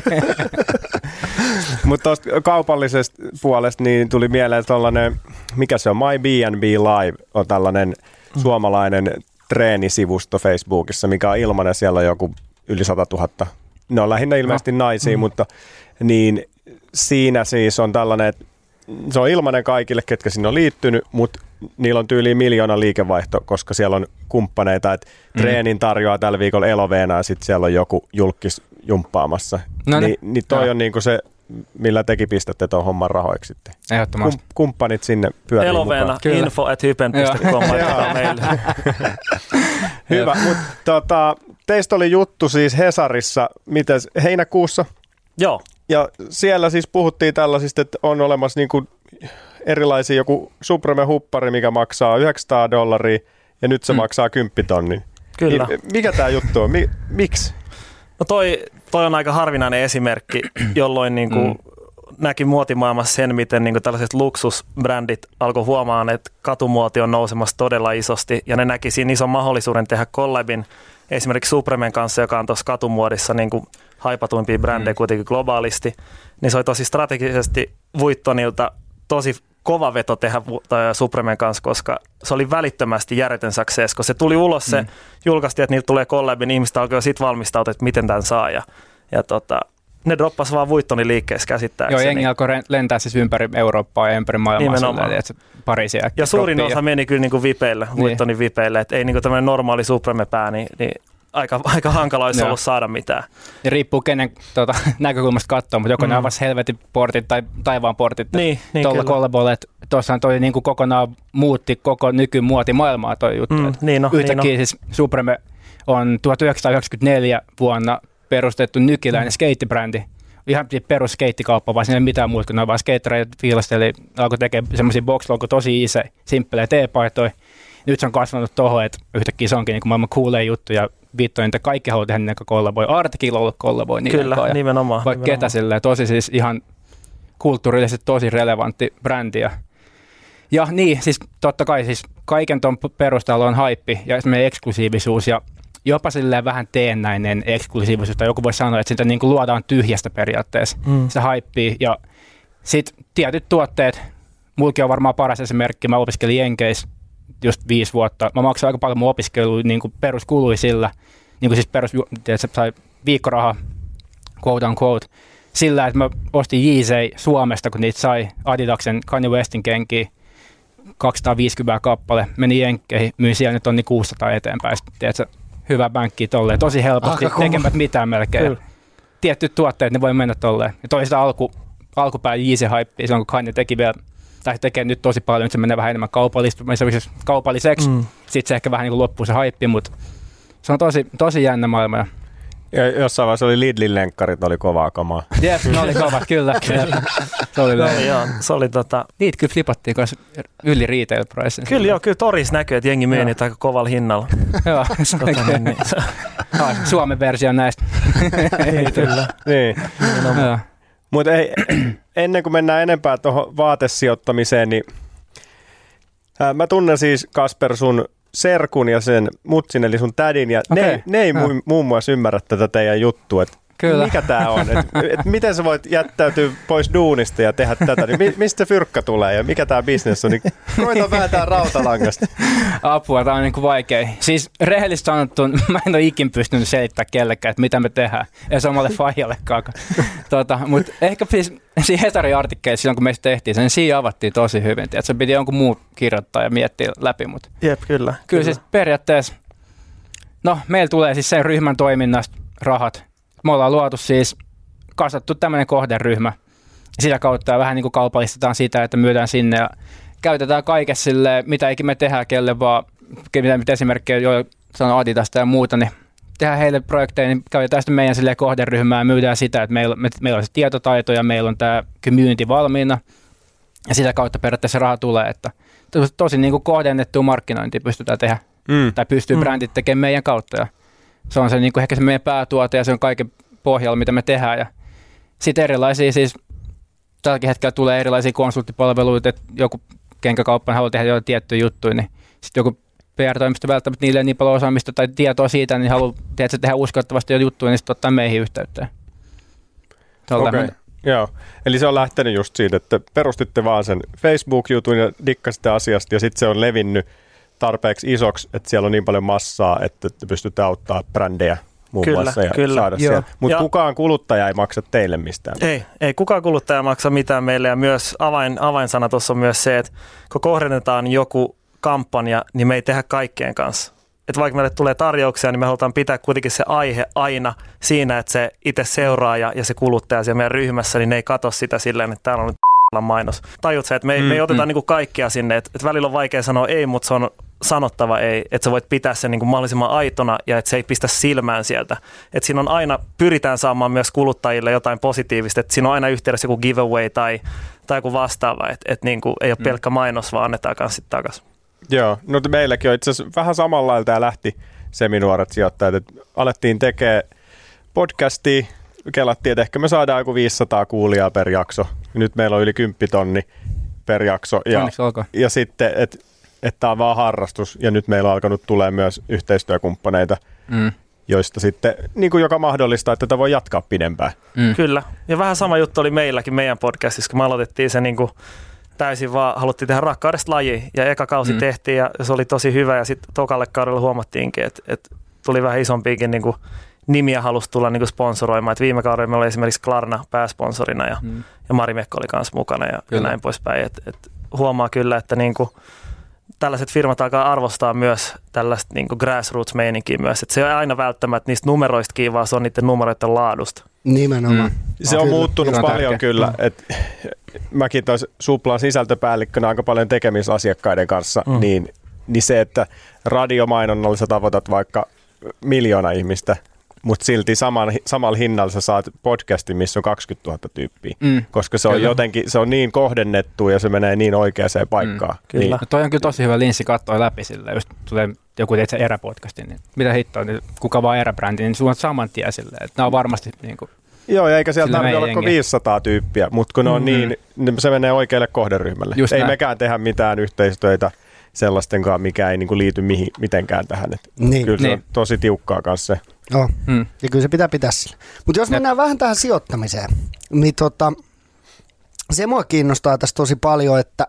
Mutta tuosta kaupallisesta puolesta niin tuli mieleen tällainen, mikä se on, My B&B Live on tällainen suomalainen treenisivusto Facebookissa, mikä on ilmainen, siellä on joku yli 100 000. Ne on lähinnä ilmeisesti naisia, mutta niin siinä siis on tällainen, että se on ilmainen kaikille, ketkä sinne on liittynyt, mutta niillä on tyyliin 1 000 000 liikevaihto, koska siellä on kumppaneita, että treenin tarjoaa tällä viikolla Eloveena ja sitten siellä on joku julkis jumppaamassa. Niin toi on niinku se, millä tekin pistätte tuon homman rahoiksi sitten. Ehdottomasti. Kumppanit sinne pyörii Eloveena, info@hypen.com laitetaan meille. Hyvä, mutta teistä oli juttu siis Hesarissa, heinäkuussa? Joo. Ja siellä siis puhuttiin tällaisista, että on olemassa niinku erilaisia joku Supreme-huppari, mikä maksaa $900 ja nyt se maksaa 10 000. Kyllä. Mikä tämä juttu on? Miksi? No toi on aika harvinainen esimerkki, jolloin niinku näki muotimaailmassa sen, miten niin kuin tällaiset luksusbrändit alkoi huomaan, että katumuoti on nousemassa todella isosti, ja ne näki siinä ison mahdollisuuden tehdä collabin esimerkiksi Supremen kanssa, joka on tuossa katumuodissa niin kuin haipatuimpia brändejä kuitenkin globaalisti, niin se oli tosi strategisesti Vuittonilta tosi kova veto tehdä Supremen kanssa, koska se oli välittömästi järjetön success, kun se tuli ulos, se julkaistiin, että niiltä tulee collabin, niin ihmiset alkoi sitten valmistautua, että miten tämän saa, ja ne droppasi vaan Vuittonin liikkeessä käsittääkseni. Joo, jengi alkoi lentää siis ympäri Eurooppaa ja ympäri maailmaa. Pariisia. Ja suurin osa meni kyllä niin vipeille, Vuittonin vipeille, että ei niin tämmöinen normaali Supreme-pää, niin aika hankala olisi ollut saada mitään. Ja riippuu kenen näkökulmasta katsoa, mutta joko ne avasi helvetin portit tai taivaan portit tuolla kollaboilla, että tuossahan toi niin kuin kokonaan muutti koko nykymuotimaailmaa toi juttu. Yhtäkkiä siis Supreme on 1994 vuonna perustettu nykiläinen skeittibrändi. Ihan perus skeittikauppa, vaan siinä ei mitään muuta, kun ne vaan skeittereitä fiilasteli, alkoi tekemään semmoisia box-logo tosi iso, simppelejä teepaitoja. Nyt se on kasvanut tuohon, että yhtäkkiä se onkin niin maailman cooleja juttu ja vittu, että kaikki haluaa tehdä niiden kollaboi. Artikilla on ollut kollaboi niiden kanssa. Kyllä, nimenomaan. Vaikka ketä silleen, tosi siis ihan kulttuurillisesti tosi relevantti brändi. Ja niin, siis totta kai siis kaiken ton perustalla on haippi ja semmoinen eksklusiivisuus ja jopa silleen vähän teennäinen eksklusiivisuus, tai joku voi sanoa, että sitä niin kuin luodaan tyhjästä periaatteessa, se haippii. Ja sitten tietyt tuotteet, mulki on varmaan paras esimerkki, mä opiskelin Jenkeissä just 5 vuotta. Mä maksoin aika paljon mun opiskeluja niin kuin peruskului sillä, niin kuin siis että sai viikkoraha, quote on quote, sillä, että mä ostin Yeezy Suomesta, kun niitä sai Adidaksen Kanye Westin kenkiä, 250 kappale, meni Jenkkeihin, myin siellä nyt 600 eteenpäin. Tiedätkö, hyvä bänkki tolleen, tosi helposti, tekemät mitään melkein. Kyllä. Tietyt tuotteet, ne voi mennä tolleen. Ja toisaalta alkupään Yeezy-hyppia, silloin kun Kanye teki vielä, tai tekee nyt tosi paljon, nyt se menee vähän enemmän kaupalliseksi. Sitten se ehkä vähän niin kuin loppuu se hype, mutta se on tosi jännä maailma. Ja jossain vaiheessa oli Lidlin lenkkarit, oli kovaa kamaa. Jep, ne oli kovat, kyllä. Se oli niitä kyllä flipattiin kanssa yli retail price. Kyllä torissa näkyy, että jengi myy niitä aika kovalla hinnalla. Joo, se on Suomen versio näistä. Kyllä. Niin. Mutta ennen kuin mennään enempää tuohon vaatesijoittamiseen, niin mä tunnen siis, Kasper, sun serkun ja sen mutsin, eli sun tädin, ja ne ei muun muassa ymmärrä tätä teidän juttua, että mikä tää on, että miten sä voit jättäytyä pois duunista ja tehdä tätä, niin mistä se fyrkkä tulee ja mikä tää bisnes on, niin koita vääntää rautalangasta. Apua, tää on niin kuin vaikea. Siis rehellisesti sanottu, mä en ole ikin pystynyt selittämään kellekään, että mitä me tehdään, ei se omalle faijallekaan. Mutta ehkä siis siinä Hesarin artikkeissa silloin, kun meistä tehtiin sen, siinä avattiin tosi hyvin, että se piti jonkun muu kirjoittaa ja miettiä läpi. Mutta jep, kyllä. Kyllä siis periaatteessa, no meillä tulee siis sen ryhmän toiminnasta rahat. Me ollaan luotu siis, kasvattu tämmöinen kohderyhmä. Sitä kautta vähän niin kuin kaupallistetaan sitä, että myydään sinne ja käytetään kaikessa silleen, mitä ikinä me tehdään kelle vaan, mitä esimerkkejä jo sanoo Adidasta ja muuta, niin tehdään heille projekteja, niin käytetään sitten meidän silleen kohderyhmää ja myydään sitä, että meillä on se tietotaito ja meillä on tämä myynti valmiina ja sitä kautta periaatteessa raha tulee, että tosi niin kuin kohdennettua markkinointia pystytään tehdä tai pystyy brändit tekemään meidän kautta ja se on se niin kuin ehkä se meidän päätuote ja se on kaiken pohjalla, mitä me tehdään. Ja sitten erilaisia, siis tälläkin hetkellä tulee erilaisia konsulttipalveluita, että joku kenkäkauppa haluaa tehdä jotain tiettyjä juttuja, niin sitten joku PR-toimisto välttämättä niille niin paljon osaamista tai tietoa siitä, niin haluaa tehdä uskottavasti jo juttuja, niin sitten ottaa meihin yhteyttä. Okei, joo. Eli se on lähtenyt just siitä, että perustitte vaan sen Facebook-jutun ja dikkasitte asiasta ja sitten se on levinnyt tarpeeksi isoksi, että siellä on niin paljon massaa, että te pystytte auttamaan brändejä muun muassa ja saada siellä. Mutta kukaan kuluttaja ei maksa teille mistään. Ei kukaan kuluttaja maksa mitään meille ja myös avainsana tuossa on myös se, että kun kohdennetaan joku kampanja, niin me ei tehdä kaikkien kanssa. Että vaikka meille tulee tarjouksia, niin me halutaan pitää kuitenkin se aihe aina siinä, että se itse seuraaja ja se kuluttaja siellä meidän ryhmässä, niin ne ei katso sitä silleen, että täällä on nyt mainos. Tajut se, että me ei oteta niinku kaikkia sinne, että välillä on vaikea sanoa ei, mutta se on sanottava ei, että sä voit pitää sen niinku mahdollisimman aitona ja että se ei pistä silmään sieltä. Että siinä on aina, pyritään saamaan myös kuluttajille jotain positiivista, että siinä on aina yhteydessä joku giveaway tai joku vastaava, että niinku ei ole pelkkä mainos, vaan annetaan kanssa sitten takaisin. Joo, no meilläkin on itse asiassa vähän samalla lailla tämä lähti Seminuoret sijoittajat, että alettiin tekemään podcastia, kelattiin, että ehkä me saadaan joku 500 kuulijaa per jakso. Nyt meillä on yli 10 000 per jakso. Ja sitten, että tämä on vaan harrastus. Ja nyt meillä on alkanut tulee myös yhteistyökumppaneita, joista sitten, niin kuin joka mahdollistaa, että tätä voi jatkaa pidempään. Kyllä. Ja vähän sama juttu oli meilläkin meidän podcastissa, kun me aloitettiin se niin kuin täysin vaan haluttiin tehdä rakkaudesta laji. Ja eka kausi tehtiin ja se oli tosi hyvä. Ja sitten tokalle kaudella huomattiinkin, että tuli vähän isompiakin niin kuin nimiä halusi tulla niin kuin sponsoroimaan. Et viime kaudella meillä oli esimerkiksi Klarna pääsponsorina ja Mari Mekko oli kanssa mukana ja näin poispäin. Et huomaa kyllä, että niin kuin tällaiset firmat alkaa arvostaa myös tällaista niin kuin grassroots-meininkiä myös. Et se ei ole aina välttämättä niistä numeroista kiinni, vaan se on niiden numeroiden laadusta. Nimenomaan. Se on muuttunut paljon kyllä. Mäkin tois Suplan sisältöpäällikkönä aika paljon tekemistä asiakkaiden kanssa, niin se, että radiomainonnalla sä tavoitat vaikka 1 miljoona ihmistä, mutta silti samalla hinnalla sä saat podcastin, missä on 20 000 tyyppiä, koska se on jotenkin, se on niin kohdennettu ja se menee niin oikeaan paikkaan. Kyllä. Niin. No toi on kyllä tosi hyvä linssi katsoa läpi silleen, jos tulee joku teet se eräpodcastin, niin mitä hittoa, niin kuka vaan eräbrändi, niin sulla on saman tien silleen, että nämä on varmasti niin kuin, joo, ja eikä sieltä tarvitse olla 500 tyyppiä, mutta kun ne on niin, se menee oikealle kohderyhmälle. Just ei näin. mekään tehdä mitään yhteistyötä sellaistenkaan, mikä ei niinku liity mitenkään tähän. Kyllä se on tosi tiukkaa kanssa se. Joo, ja kyllä se pitää sillä. Mutta jos mennään vähän tähän sijoittamiseen, niin se mua kiinnostaa tässä tosi paljon, että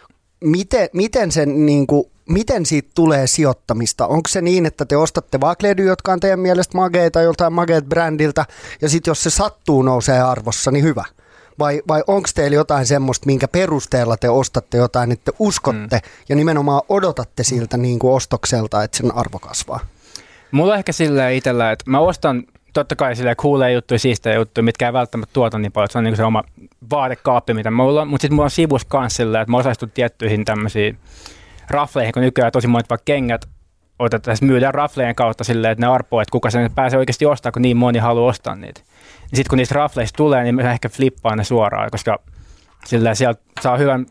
miten siitä tulee sijoittamista? Onko se niin, että te ostatte vakleedyä, jotka on teidän mielestä mageita joltain mageet-brändiltä, ja sitten jos se sattuu nousee arvossa, niin hyvä? Vai onko teillä jotain semmoista, minkä perusteella te ostatte jotain, että te uskotte ja nimenomaan odotatte siltä niin kuin ostokselta, että sen arvo kasvaa? Mulla on ehkä silleen itsellä, että mä ostan totta kai silleen cooleja juttuja, siistejä juttuja, mitkä ei välttämättä tuota niin paljon. Se on niin kuin se oma vaatekaappi, mitä mulla on. Mutta sitten mulla on sivussa kanssa silleen, että mä osallistun tiettyihin tämmöisiin rafleihin, kun nykyään tosi monet vaikka kengät myydään raflejen kautta silleen, että ne arpoo, että kuka sen pääsee oikeasti ostamaan, kun niin moni haluaa ostaa niitä. Niin sitten kun niistä rafleista tulee, niin mä ehkä flippaan ne suoraan, koska silleen sieltä saa hyvän,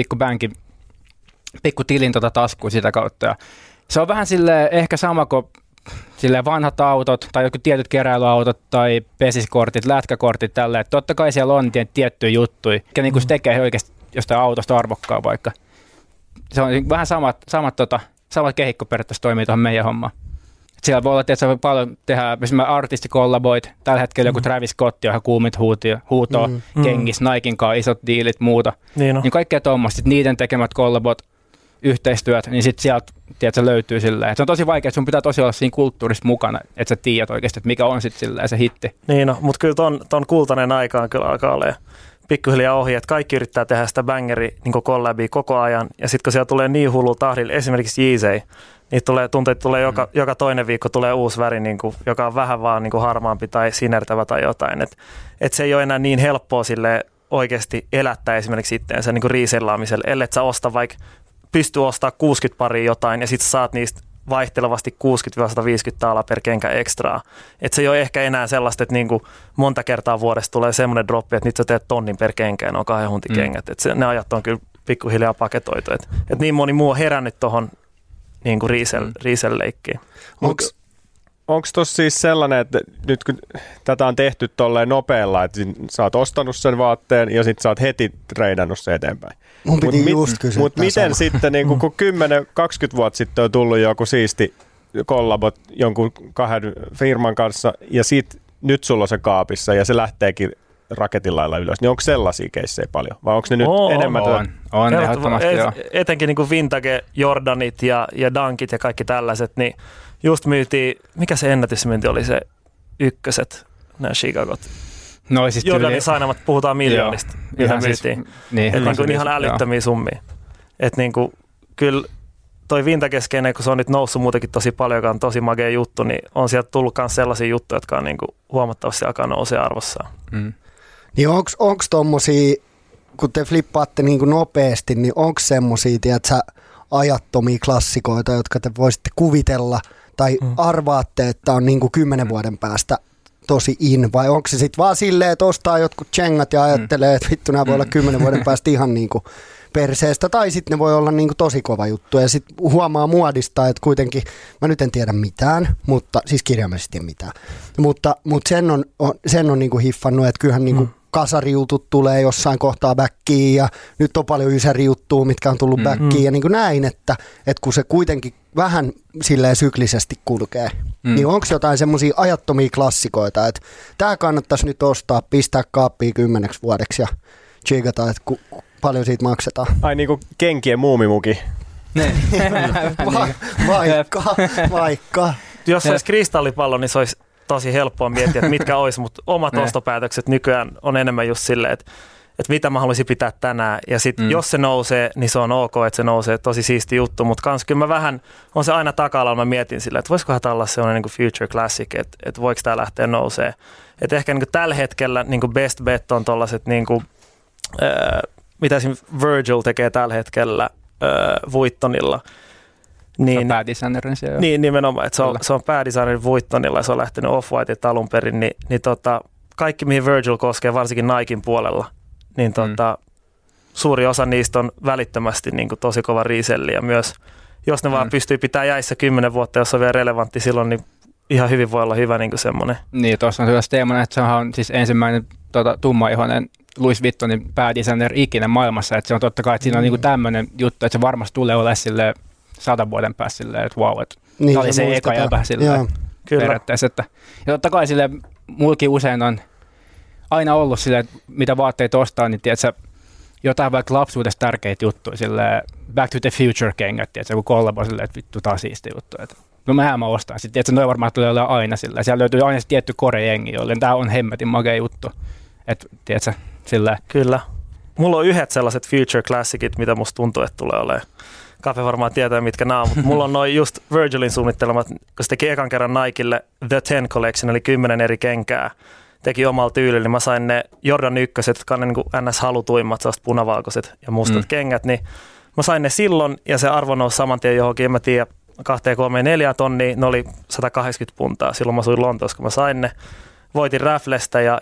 pikku tilin taskuun sitä kautta. Ja se on vähän silleen ehkä sama kuin silleen vanhat autot tai jotkut tietyt keräilyautot tai pesiskortit, lätkäkortit tällä. Että totta kai siellä on tiettyjä juttuja, mikä niin se tekee oikeasti jostain autosta arvokkaa vaikka. Se on vähän samat kehikko periaatteessa toimii tuohon meidän hommaan. Siellä voi olla, että voi paljon tehdä, esimerkiksi artistikollaboit, tällä hetkellä joku Travis Scott, johon kuumit huutoa, kengissä, Niken kanssa, isot diilit, muuta. Niin kaikkea tuommoista, niiden tekemät kollabot, yhteistyöt, niin sitten sieltä tiedätkö, löytyy silleen. Se on tosi vaikea, että sun pitää tosi olla siinä kulttuurissa mukana, että sä tiedät oikeasti, että mikä on sitten silleen se hitti. Niin no, mutta kyllä ton kultainen aikaan kyllä alkaa olemaan pikkuhiljaa ohi, että kaikki yrittää tehdä sitä bangeri niin collabia koko ajan, ja sitten kun siellä tulee niin hullu tahdilla, esimerkiksi Yeezy, niin tuntuu, että tulee joka toinen viikko tulee uusi väri, niin kuin, joka on vähän vaan niin kuin harmaampi tai sinertävä tai jotain. Et se ei ole enää niin helppoa sille oikeasti elättää esimerkiksi itteensä niin riisellaamiselle, ellei sä osta vaikka pystyy ostamaan 60 paria jotain ja sitten saat niistä vaihtelevasti 60-150 per kenkä ekstraa. Et se ei ole ehkä enää sellaista, että niinku monta kertaa vuodessa tulee semmoinen droppi, että nyt sä teet tonnin per kenkä ja ne on 2 huntin kengät. Ne ajat on kyllä pikkuhiljaa paketoitu. Et niin moni muu on herännyt tuohon niinku resell-leikkiin. Onko tuossa siis sellainen, että nyt kun tätä on tehty tolleen nopealla, että sä oot ostanut sen vaatteen ja sitten sä oot heti treidannut se eteenpäin. Mun piti just kysyä. Mutta miten sitten, niin kun 10-20 vuotta sitten on tullut joku siisti kollabot jonkun 2 firman kanssa ja nyt sulla on se kaapissa ja se lähteekin raketin lailla ylös, niin onko sellaisia keissejä paljon? Vai onko ne nyt enemmän? On ehdottomasti joo. Etenkin niin kuin vintage Jordanit ja Dunkit ja kaikki tällaiset, niin just myytiin, mikä se ennätysmyynti oli se ykköset, nämä Chicagot. No, siis Jordanin sainamat puhutaan miljoonista, mitä myytiin. Siis, niin ihan älyttömiä summia. Että niin kuin, kyllä toi vintage-skeene, kun se on nyt noussut muutenkin tosi paljon, joka on tosi magea juttu, niin on sieltä tullut myös sellaisia juttuja, jotka on niin kuin huomattavasti alkaa nousee arvossaan. Niin onko tommosia, kun te flippaatte niin kuin nopeasti, niin onko semmosia, tiedätkö, ajattomia klassikoita, jotka te voisitte kuvitella tai arvaatte, että on niin kuin 10 vuoden päästä tosi in, vai onko se sitten vaan silleen, että ostaa jotkut tsengat ja ajattelee, että vittu nämä voi olla 10 vuoden päästä ihan niin kuin perseestä, tai sitten ne voi olla niin kuin tosi kova juttu, ja sitten huomaa muodista, että kuitenkin, mä nyt en tiedä mitään, mutta siis kirjaimellisesti en mitään, mutta sen on niin kuin hiffannut, että kyllähän niin kuin kasarijutut tulee jossain kohtaa backiin ja nyt on paljon ysärijuttua, mitkä on tullut backiin ja niin kuin näin, että kun se kuitenkin vähän silleen syklisesti kulkee, niin onko jotain semmoisia ajattomia klassikoita, että tämä kannattaisi nyt ostaa, pistää kaappiin 10 vuodeksi ja chiikata, että paljon siitä maksetaan. Ai niin kuin kenkien muumimuki. Vaikka. Jos se olisi kristallipallo, niin se olisi tosi helppoa miettiä, että mitkä olisi, mutta omat ostopäätökset nykyään on enemmän just silleen, että mitä mä haluaisin pitää tänään. Ja sitten jos se nousee, niin se on ok, että se nousee, tosi siisti juttu, mutta kans kyllä mä vähän, on se aina takalla, mä mietin silleen, että voisikohan tämä olla sellainen niin kuin future classic, että voiko tämä lähteä nousee. Että ehkä niin kuin tällä hetkellä niin kuin best bet on tollaiset, niin kuin, mitä Virgil tekee tällä hetkellä Vuittonilla. Niin, päädesignerin siellä. Niin, nimenomaan, että se on päädesignerin Vuittonilla ja se on lähtenyt Off-Whiteilta alun perin, niin kaikki mihin Virgil koskee, varsinkin Niken puolella, niin suuri osa niistä on välittömästi niin kuin tosi kova reselli ja myös, jos ne vaan pystyy pitämään jäissä 10 vuotta, jos on vielä relevantti silloin, niin ihan hyvin voi olla hyvä niin kuin semmoinen. Niin, tuossa on hyvä teemana, että se on siis ensimmäinen tummaihoinen Louis Vuittonin päädesigner ikinä maailmassa, että se on totta kai, että siinä on niin kuin tämmöinen juttu, että se varmasti tulee olemaan silleen 100 vuoden päästä silleen, että vau, että niin, tämä oli se eka jäbä silleen periaatteessa. Ja totta kai silleen, mullakin usein on aina ollut silleen, että mitä vaatteita ostaa, niin tiedätkö, jotain vaikka lapsuudessa tärkeitä juttuja, silleen Back to the Future-kengät, tiedätkö, joku kollabo silleen, että vittu taas siisti juttu. Että, no mä ostan. Sitten tiedätkö, noi varmaan tulee olemaan aina silleen. Siellä löytyy aina se tietty korejengi, jolleen tämä on hemmetin makea juttu. Että tiedätkö, silleen. Kyllä. Mulla on yhdet sellaiset Future Classicit, mitä musta tuntuu, että tulee olemaan. Kafe varmaan tietää, mitkä nämä on, mutta mulla on noin just Virgilin suunnittelemat, kun se teki ekan kerran Nikelle The 10 Collection, eli 10 eri kenkää. Teki omalla tyylillä, niin mä sain ne Jordan 1, jotka on ne niin NS-halutuimmat, sellaiset punavalkoiset ja mustat kengät, niin mä sain ne silloin ja se arvo nousi saman tien johonkin, en mä tiedä, 2-3-4 tonnia, ne oli 180 puntaa. Silloin mä asuin Lontoossa, kun mä sain ne. Voitin Rafflesta ja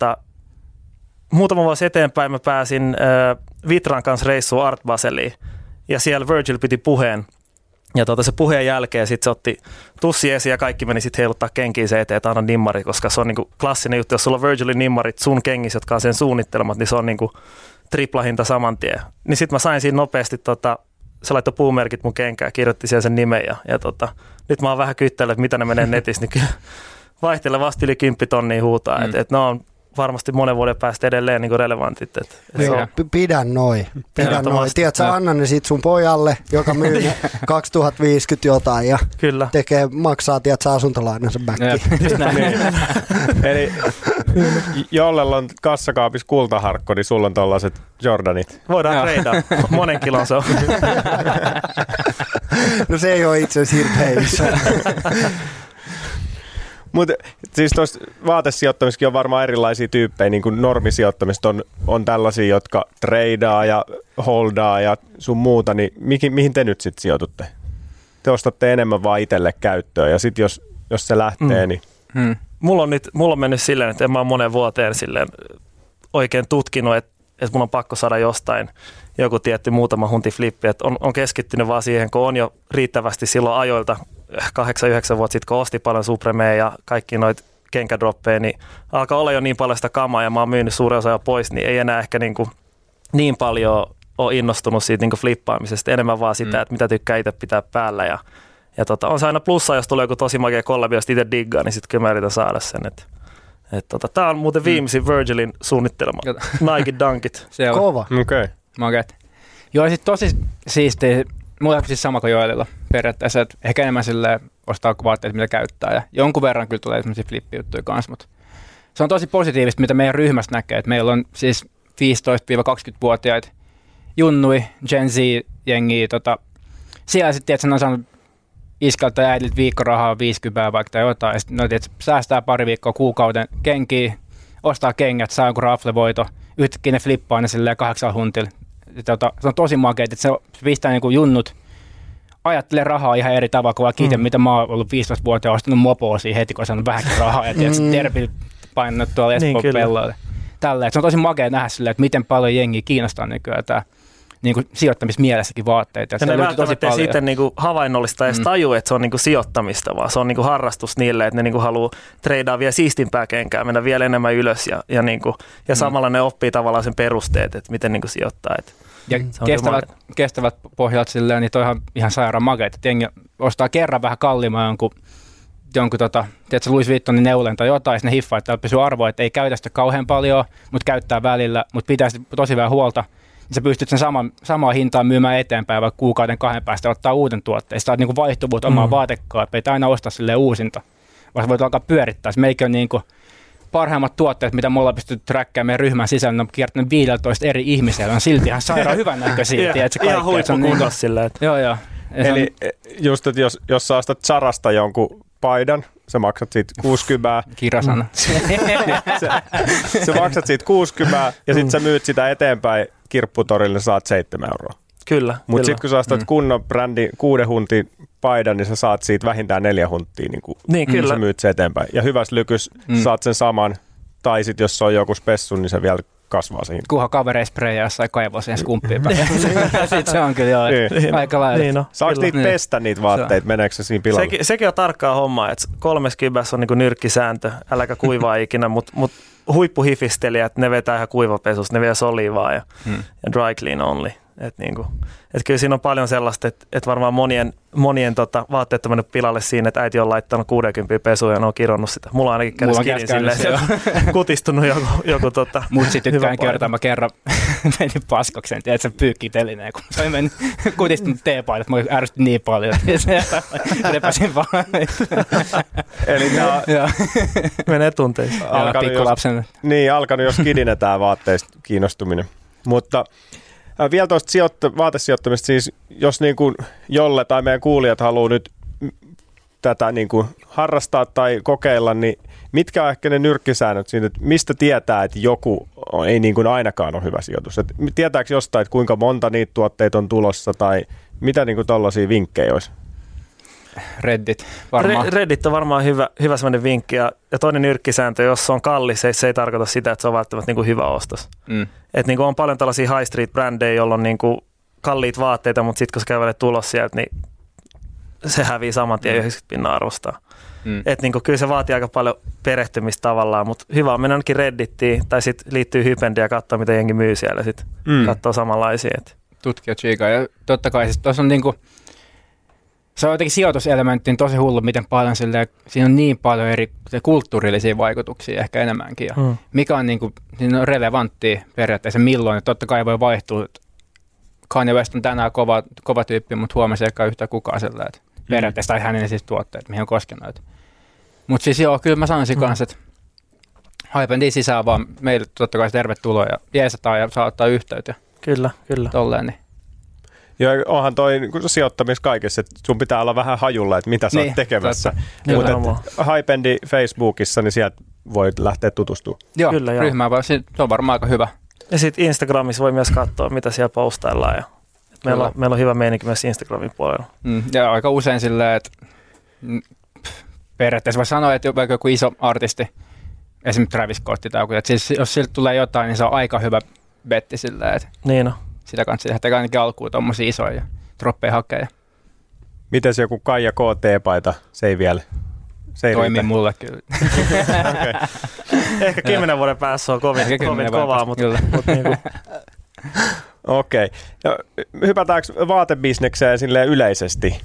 muutama vuosi eteenpäin mä pääsin Vitran kanssa reissuun Art Baseliin ja siellä Virgil piti puheen. Ja se puheen jälkeen sitten se otti tussi esiin ja kaikki meni sitten heiluttaa kenkiin se eteen, että anna nimmari, koska se on niinku klassinen juttu. Jos sulla on Virgilin nimmarit sun kengissä, jotka on sen suunnittelemat, niin se on niinku triplahinta saman tien. Niin sitten mä sain siinä nopeasti, se laittoi puumerkit mun kenkään, kirjoitti siellä sen nimen ja nyt mä oon vähän kyttänyt, että mitä ne menee netissä, niin kyllä vaihtelevasti yli 10 tonnia huutaa. Et ne on varmasti monen vuoden päästä edelleen niin relevantit. Pidän noin. Tiedätkö, anna ne sit sun pojalle, joka myy ne 2050 jotain ja kyllä. Maksaa, tiedätkö, asuntolainansa backiin. Eli jollella on kassakaapissa kultaharkko, niin sulla on tollaiset Jordanit. Voidaan treidaa. Monen kilon se on. No se ei ole itse asiassa hirveä. Mutta siis tuossa vaatesijoittamisessakin on varmaan erilaisia tyyppejä, niin kuin normisijoittamista on tällaisia, jotka treidaa ja holdaa ja sun muuta, niin mihin te nyt sitten sijoitutte? Te ostatte enemmän vaan itselle käyttöön ja sitten jos se lähtee, niin... Mulla on mennyt silleen, että en mä ole monen vuoteen silleen oikein tutkinut, että mun on pakko saada jostain joku tietty muutama hunti flippi, että on keskittynyt vaan siihen, kun on jo riittävästi silloin ajoilta 8-9 vuotta sitten, kun osti paljon Supremea ja kaikki noita kenkädroppeja, niin alkaa olla jo niin paljon sitä kamaa ja mä oon myynyt suurin osa jo pois, niin ei enää ehkä niin paljon ole innostunut siitä flippaamisesta, enemmän vaan sitä, että mitä tykkää itse pitää päällä ja on se aina plussa, jos tulee joku tosi makea kollabi, jos itse diggaa, niin sitten kyllä mä yritän saada sen, tämä on muuten viimeisin Virgilin suunnittelema. Nike Dunkit. Kova. Okay. Makeat. Joo, sitten tosi siistiä. Mulla on siis sama kuin Joelilla periaatteessa, että ehkä enemmän silleen ostaa vaatteita, mitä käyttää. Ja jonkun verran kyllä tulee sellaisia flippijuttuja kanssa, mutta se on tosi positiivista, mitä meidän ryhmästä näkee. Että meillä on siis 15-20-vuotiaita junnui, Gen Z-jengiä. Siellä sitten, että on saanut iskalta ja äidiltä viikkorahaa 50 vaikka tai jotain. Ja sitten säästää pari viikkoa kuukauden kenkiä, ostaa kengät, saa jonkun raflevoito. Yhtäkkiä ne flippaa ne silleen 8 huntilla. Se on tosi makeet, että se pistää niin kuin junnut, ajattelee rahaa ihan eri tavalla kuin itse, mitä mä oon ollut 15-vuotiaan ostanut mopoa siihen heti, kun on saanut vähänkin rahaa. Ja terpit painanut tuolla Espoon pelloille. Tällä, se on tosi makea nähdä silleen, että miten paljon jengiä kiinnostaa nykyään tämä niin kuin sijoittamismielessäkin vaatteita. Ja ne välttämättä ei siitä niin kuin havainnollista edes tajua, että se on niin kuin sijoittamista, vaan se on niin kuin harrastus niille, että ne niin kuin haluaa treidaa vielä siistimpää kenkää, mennä vielä enemmän ylös ja samalla ne oppii tavallaan sen perusteet, että miten niin kuin sijoittaa. Ja kestävät pohjat silleen, niin toihan ihan sairaan makeita. Jengi ostaa kerran vähän kalliimman jonkun tiedätkö, Louis Vuittonin neulen tai jotain, ne hiffaa, että pysyy arvoa, että ei käytä sitä kauhean paljon, mutta käyttää välillä, mutta pitää tosi vähän huolta, niin sä pystyt sen samaa hintaa myymään eteenpäin, vaikka kuukauden 2 päästä ottaa uuden tuotteen. Sä saat niin vaihtuvuutta omaa vaatekaappia, ei aina ostaa silleen uusinta, vaan sä voit alkaa pyörittää. Meikin on niin kuin parhaimmat tuotteet, mitä me ollaan pystytty trackkaamaan meidän ryhmän sisällä, ne on kiertänyt 15 eri ihmisellä, on silti ihan sairaan hyvän näköisiä. Ihan huippukunnossa silleen. Joo. Eli just, että jos sä ostat Zarasta jonkun paidan, sä maksat siitä 60. Kirosana. Sä maksat siitä 60 ja sitten sä myyt sitä eteenpäin kirpputorille, saat 7 €. Kyllä. Mutta sitten kun sä ostat kunnon brändin 6 huntin paidan, niin sä saat siitä vähintään 4 hunttia, niin kyllä. Sä myyt se eteenpäin. Ja hyvässä lykys saat sen saman, tai sitten jos se on joku spessu, niin se vielä kasvaa siihen. Kunhan kavereisprejä jossain kaivaa siihen skumppiin päin. Sitten se on kyllä aika lailla. Niin saako niitä pestä niitä vaatteita, meneekö se siinä pilalle? Sekin on tarkkaa hommaa, että 30 on niin nyrkkisääntö, äläkä kuivaa ikinä, mutta huippuhifistelijät, ne vetää ihan kuivapesusta, ne vie solivaa ja dry clean only. Että kyllä siinä on paljon sellaista, että varmaan monien vaatteet on mennyt pilalle siinä, että äiti on laittanut 60 pesuun ja ne on kironnut sitä. Mulla on ainakin käynyt skidin silleen, että kutistunut joku Mutsi tykkään kertaa, mä kerran menin paskoksen, tiedätkö, pyykkitelineen, kun se oli mennyt kutistunut teepaidat, mä ärsytin niin paljon, että repäsin vaan. Eli menee tunteisiin. Alkanut jo skidinä tämä vaatteista kiinnostuminen, mutta vielä tuosta vaatesijoittamista, siis jos niin kuin Jolle tai meidän kuulijat haluaa nyt tätä niin kuin harrastaa tai kokeilla, niin mitkä on ehkä ne nyrkkisäännöt siinä, että mistä tietää, että joku ei niin kuin ainakaan ole hyvä sijoitus? Et tietääkö jostain, että kuinka monta niitä tuotteita on tulossa tai mitä niin kuin tollaisia vinkkejä olisi? Reddit varmaan. Reddit on varmaan hyvä sellainen vinkki. Ja toinen nyrkkisääntö, jos se on kallis, se ei tarkoita sitä, että se on välttämättä niin kuin hyvä ostos. Et niin kuin on paljon tällaisia high street-brändejä, joilla on niin kuin kalliit vaatteita, mutta sitten kun sä kävelet tulos sieltä, niin se hävii saman tien 90% arvostaa. Et niin kuin, kyllä se vaatii aika paljon perehtymistä tavallaan, mutta hyvä on mennä ainakin Reddittiin tai sitten liittyy Hypendiin ja katsoa, mitä jengi myy siellä. Sitten katsoo samanlaisia. Tutkia chiikaa. Ja totta kai siis tuossa on niinku se on jotenkin sijoituselementti tosi hullu, miten paljon siinä on niin paljon eri kulttuurillisia vaikutuksia ehkä enemmänkin. Ja mikä on, siinä on relevanttia periaatteessa milloin, että totta kai voi vaihtua. Kanye West on tänään kova tyyppi, mutta huomasi eikä yhtään kukaan sillä, että periaatteessa tai hänen siis tuotteet, mihin on koskenut. Mutta siis joo, kyllä mä sanoisin kanssa, että Hypendiin sisään vaan meille totta kai tervetuloa ja jeesataan ja saa ottaa yhteyttä. Kyllä. Tolleen, niin. Joo, onhan toi sijoittamis kaikessa, että sun pitää olla vähän hajulla, että mitä sä oot tekemässä. Mutta Hypendi Facebookissa, niin sieltä voit lähteä tutustumaan. Joo, ryhmää vaan, se on varmaan aika hyvä. Ja sitten Instagramissa voi myös katsoa, mitä siellä postaillaan. Ja meillä on hyvä meininki myös Instagramin puolella. Ja aika usein silleen, että periaatteessa voi sanoa, että vaikka joku iso artisti, esimerkiksi Travis Scott tai joku, että siis jos siltä tulee jotain, niin se on aika hyvä betti silleen, että niin on. Sitä kanssa tehdä ainakin alkuun tommosia isoja troppeja hakea. Mites joku Kaija KT-paita? Se ei vielä. Se ei toimii mulle kyllä. Okay. Ehkä 10 vuoden päässä on kovin kovaa, mutta niin Okei. Hypätäänkö vaatebisnekseen silleen yleisesti?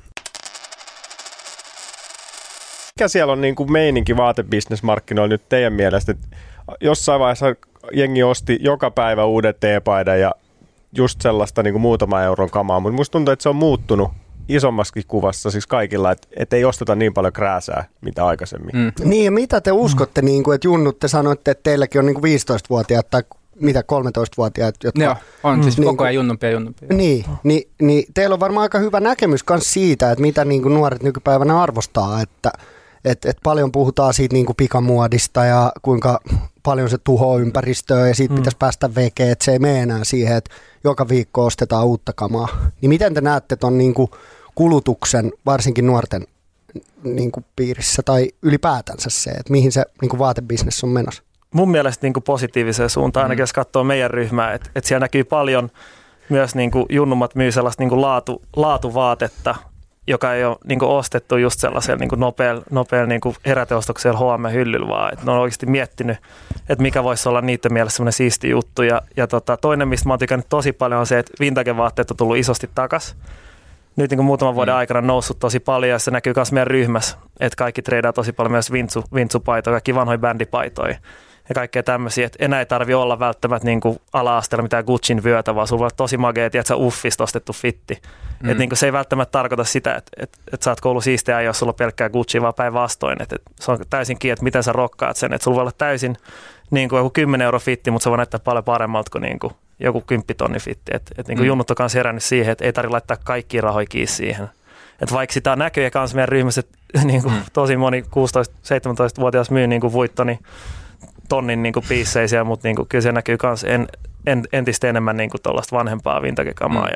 Mikä siellä on niin kuin meininki vaatebisnesmarkkinoilla nyt teidän mielestä? Jossain vaiheessa jengi osti joka päivä uuden teepaidan ja just sellaista niin kuin muutama euron kamaa, mutta musta tuntuu, että se on muuttunut isommaskin kuvassa siis kaikilla, että ei osteta niin paljon krääsää, mitä aikaisemmin. Niin, ja mitä te uskotte, niin kuin, että junnut, te sanoitte, että teilläkin on niin kuin 15-vuotiaat tai mitä 13-vuotiaat, jotka... Joo, on siis koko ajan junnumpia. Niin, teillä on varmaan aika hyvä näkemys myös siitä, että mitä niin kuin nuoret nykypäivänä arvostaa, että paljon puhutaan siitä niin kuin pikamuodista ja kuinka paljon se tuhoaa ympäristöä ja siitä pitäisi päästä vekeen, että se ei mene enää siihen, että joka viikko ostetaan uutta kamaa. Niin miten te näette ton niin kuin kulutuksen, varsinkin nuorten niin kuin piirissä tai ylipäätänsä se, että mihin se niin kuin vaatebisnes on menossa? Mun mielestä niin kuin positiiviseen suuntaan, ainakin jos katsoo meidän ryhmää, että siellä näkyy paljon myös niin kuin junnummat myy sellaista niin kuin laatuvaatetta, joka ei ole niin kuin ostettu just sellaisella niin kuin nopealla niin kuin heräteostoksella H&M-hyllyllä, vaan että ne on oikeasti miettinyt, että mikä voisi olla niiden mielessä semmoinen siisti juttu. Ja toinen, mistä mä oon tykännyt tosi paljon, on se, että vintage-vaatteet on tullut isosti takaisin. Nyt niin kuin muutaman vuoden aikana noussut tosi paljon, ja se näkyy myös meidän ryhmässä, että kaikki treidaa tosi paljon myös vintsupaitoja, kaikki vanhoja bändipaitoja ja kaikkea tämmöisiä, että enää ei tarvitse olla välttämättä niin kuin ala-asteella mitään Gucciin vyötä, vaan sulla voi olla tosi magea, tiedätkö, uffista ostettu fitti. Että niin kuin se ei välttämättä tarkoita sitä, että sä oot koulu siistiä, jos sulla on pelkkää Gucci, vaan päinvastoin. Että se on täysin kiinni, että miten sä rokkaat sen. Että sulla voi olla täysin niin kuin joku 10 € fitti, mutta se voi näyttää paljon paremmalta kuin, niin kuin joku 10 000 fitti. Että niin kuin junnut on kanssa herännyt siihen, että ei tarvitse laittaa kaikkia rahoja kiinni siihen. Että vaikka sitä näkyy kanssa meidän ryhmässä, että niin kuin tosi moni 16-17-vuotias myy niin kuin Vuittoni tonnin niin kuin piissejä, mutta niin kuin, kyllä se näkyy myös entistä enemmän niin kuin tuollaista vanhempaa vintage-kamaa.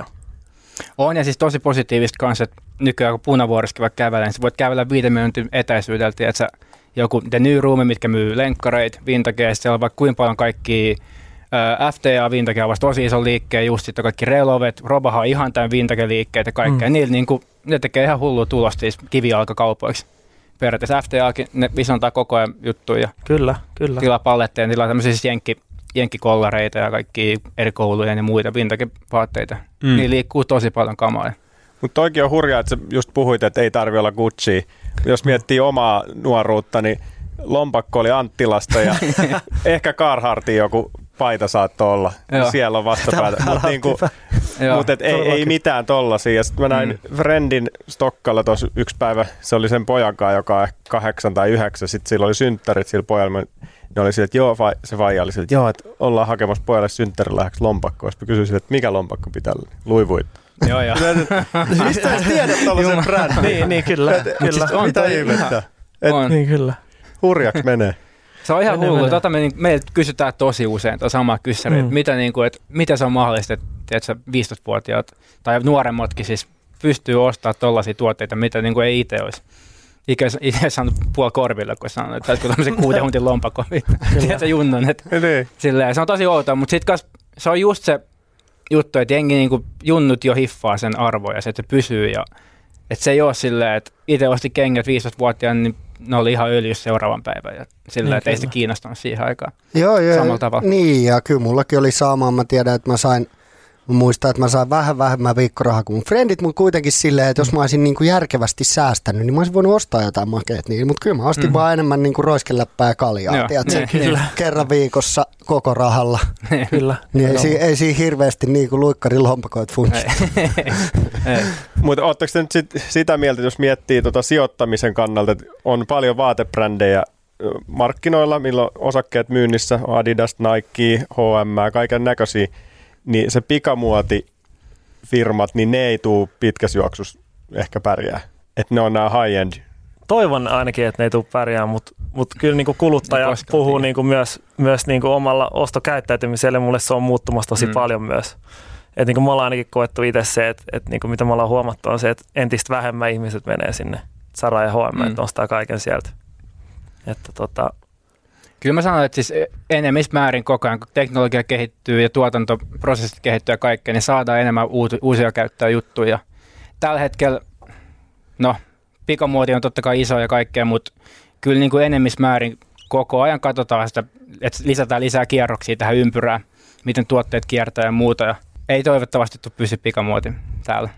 On ja siis tosi positiivista kanssa, että nykyään kun Punavuorissakin vaikka kävelee, niin sä voit kävellä 5 minuutin etäisyydeltä, että joku The New Room, mitkä myy lenkkareita, vintagea, siellä on vaikka kuinka paljon kaikkia FTA Vintage on vasta tosi iso liikkeen, just sitten kaikki Relovet, Robahan on ihan tämän Vintage-liikkeet ja kaikkea. Niillä niin kuin, ne tekee ihan hullua tulosta siis kivijalkakaupoiksi. Periaatteessa FTAkin, ne visontaa koko ajan juttuja. Kyllä. Tilaa palletteja, tilaa tämmöisiä jenkkikollareita ja kaikki eri kouluja ja muita Vintage-vaatteita. Niin liikkuu tosi paljon kamaa. Mutta toikin on hurjaa, että sä just puhuit, että ei tarvitse olla Gucci. Jos miettii omaa nuoruutta, niin lompakko oli Anttilasta ja ehkä Carhartin joku paita saattoi olla. Siellä on vastapäätä. Mutta ei mitään tollasia. Ja sitten mä näin Friendin Stokkalla tuossa yksi päivä, se oli sen pojankaan, joka on 8 tai 9. Sitten sillä oli synttärit sillä pojalla. Ne oli sille, että joo, se vaija oli sille, että joo, että ollaan hakemassa pojalle synttärilähdeksi lompakkoa. Sitten mä kysyin sille, että mikä lompakko pitää olla? Louis Vuitton. Joo. Mistä edes tiedät tollaisen brändin? Niin, kyllä. Mitä ihmettä? Niin, kyllä. Hurjaksi menee. Se on ihan hullu. Meiltä kysytään tosi usein tuo sama kyssäri, että miten se on mahdollista, että 15-vuotiaat tai nuoremmatkin siis pystyy ostamaan tollaisia tuotteita, mitä niin kuin ei itse olisi. Itse saanut puoli korville, kun sanoi, että olisiko tämmöisen 6 huntin lompakon. Tiedätkö junnon? Silleen, se on tosi outoa, mutta sitten se on just se juttu, että jengi niin kuin junnut jo hiffaa sen arvoja, että se pysyy. Ja, että se ei ole silleen, että itse osti kengät 15-vuotiaan, niin ne oli ihan öljyssä seuraavan päivän. Ja silleen, että ei sitä kiinnostanut siihen aikaan samalla tavalla. Niin, ja kyllä mullakin oli sama. Mä tiedän, että mä muistan, että mä sain vähän vähemmän viikkorahaa kuin mun frendit, mutta kuitenkin silleen, että jos mä olisin niin kuin järkevästi säästänyt, niin mä olisin voinut ostaa jotain makeet niin, mutta kyllä mä ostin vaan enemmän niin kuin roiskeläppää ja kaljaa, kerran viikossa koko rahalla. Kyllä. Niin ei siinä hirveästi niin kuin luikkarin lompakoit funtsia. Mutta ootteko te nyt sitä mieltä, jos miettii sijoittamisen kannalta, että on paljon vaatebrändejä markkinoilla, milloin osakkeet myynnissä, Adidas, Nike, H&M, kaiken näköisiä, niin se pikamuotifirmat, niin ne ei tule pitkässä juoksussa ehkä pärjää. Että ne on nämä high-end. Toivon ainakin, että ne ei tule pärjää, mutta kyllä niin kuin kuluttaja puhuu niin kuin myös niin kuin omalla ostokäyttäytymisellä. Mulle se on muuttumassa tosi paljon myös. Että niin kuin me ollaan ainakin koettu itse se, että niin kuin mitä me ollaan huomattu on se, että entistä vähemmän ihmiset menee sinne Zara ja H&M, että nostaa kaiken sieltä. Että Kyllä mä sanon, että siis enemmistä määrin koko ajan, kun teknologia kehittyy ja tuotantoprosessit kehittyy ja kaikkea, niin saadaan enemmän uusia käyttäjäjuttuja. Tällä hetkellä, pikamuoti on totta kai iso ja kaikkea, mutta kyllä niin kuin enemmistä määrin koko ajan katsotaan sitä, että lisätään lisää kierroksia tähän ympyrään, miten tuotteet kiertää ja muuta. Ja ei toivottavasti pysy pikamuoti täällä.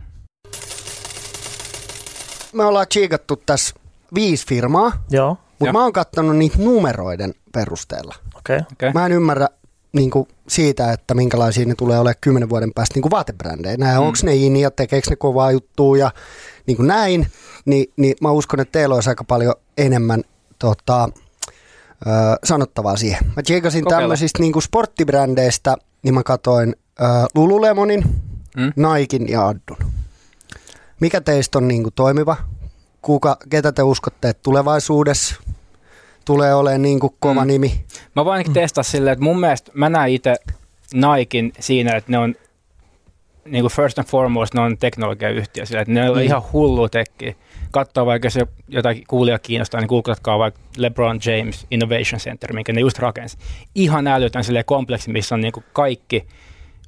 Me ollaan tsiikattu tässä 5 firmaa. Joo. Mutta mä oon katsonut niitä numeroiden perusteella. Okay. Mä en ymmärrä niinku siitä, että minkälaisia ne tulee olemaan 10 vuoden päästä niinku vaatebrändejä. Onko ne inni ja tekeekö ne kovaa juttua ja niinku näin. Niin mä uskon, että teillä olisi aika paljon enemmän sanottavaa siihen. Mä tsiikasin tämmöisistä niinku sporttibrändeistä, niin mä katsoin Lululemonin, Niken ja Addun. Mikä teistä on niinku toimiva? Ketä te uskotte, että tulevaisuudessa tulee olemaan niin kuin kova nimi? Mä voin ainakin testaa silleen, että mun mielestä mä näen itse Niken siinä, että ne on niin kuin first and foremost, ne on teknologiayhtiö sillä, että ne on ihan hullu tekkiä. Katsoa vaikka, jos jotain kuulijaa kiinnostaa, niin googlatkaa vaikka LeBron James Innovation Center, minkä ne just rakensi. Ihan älytön silleen kompleksi, missä on niin kuin kaikki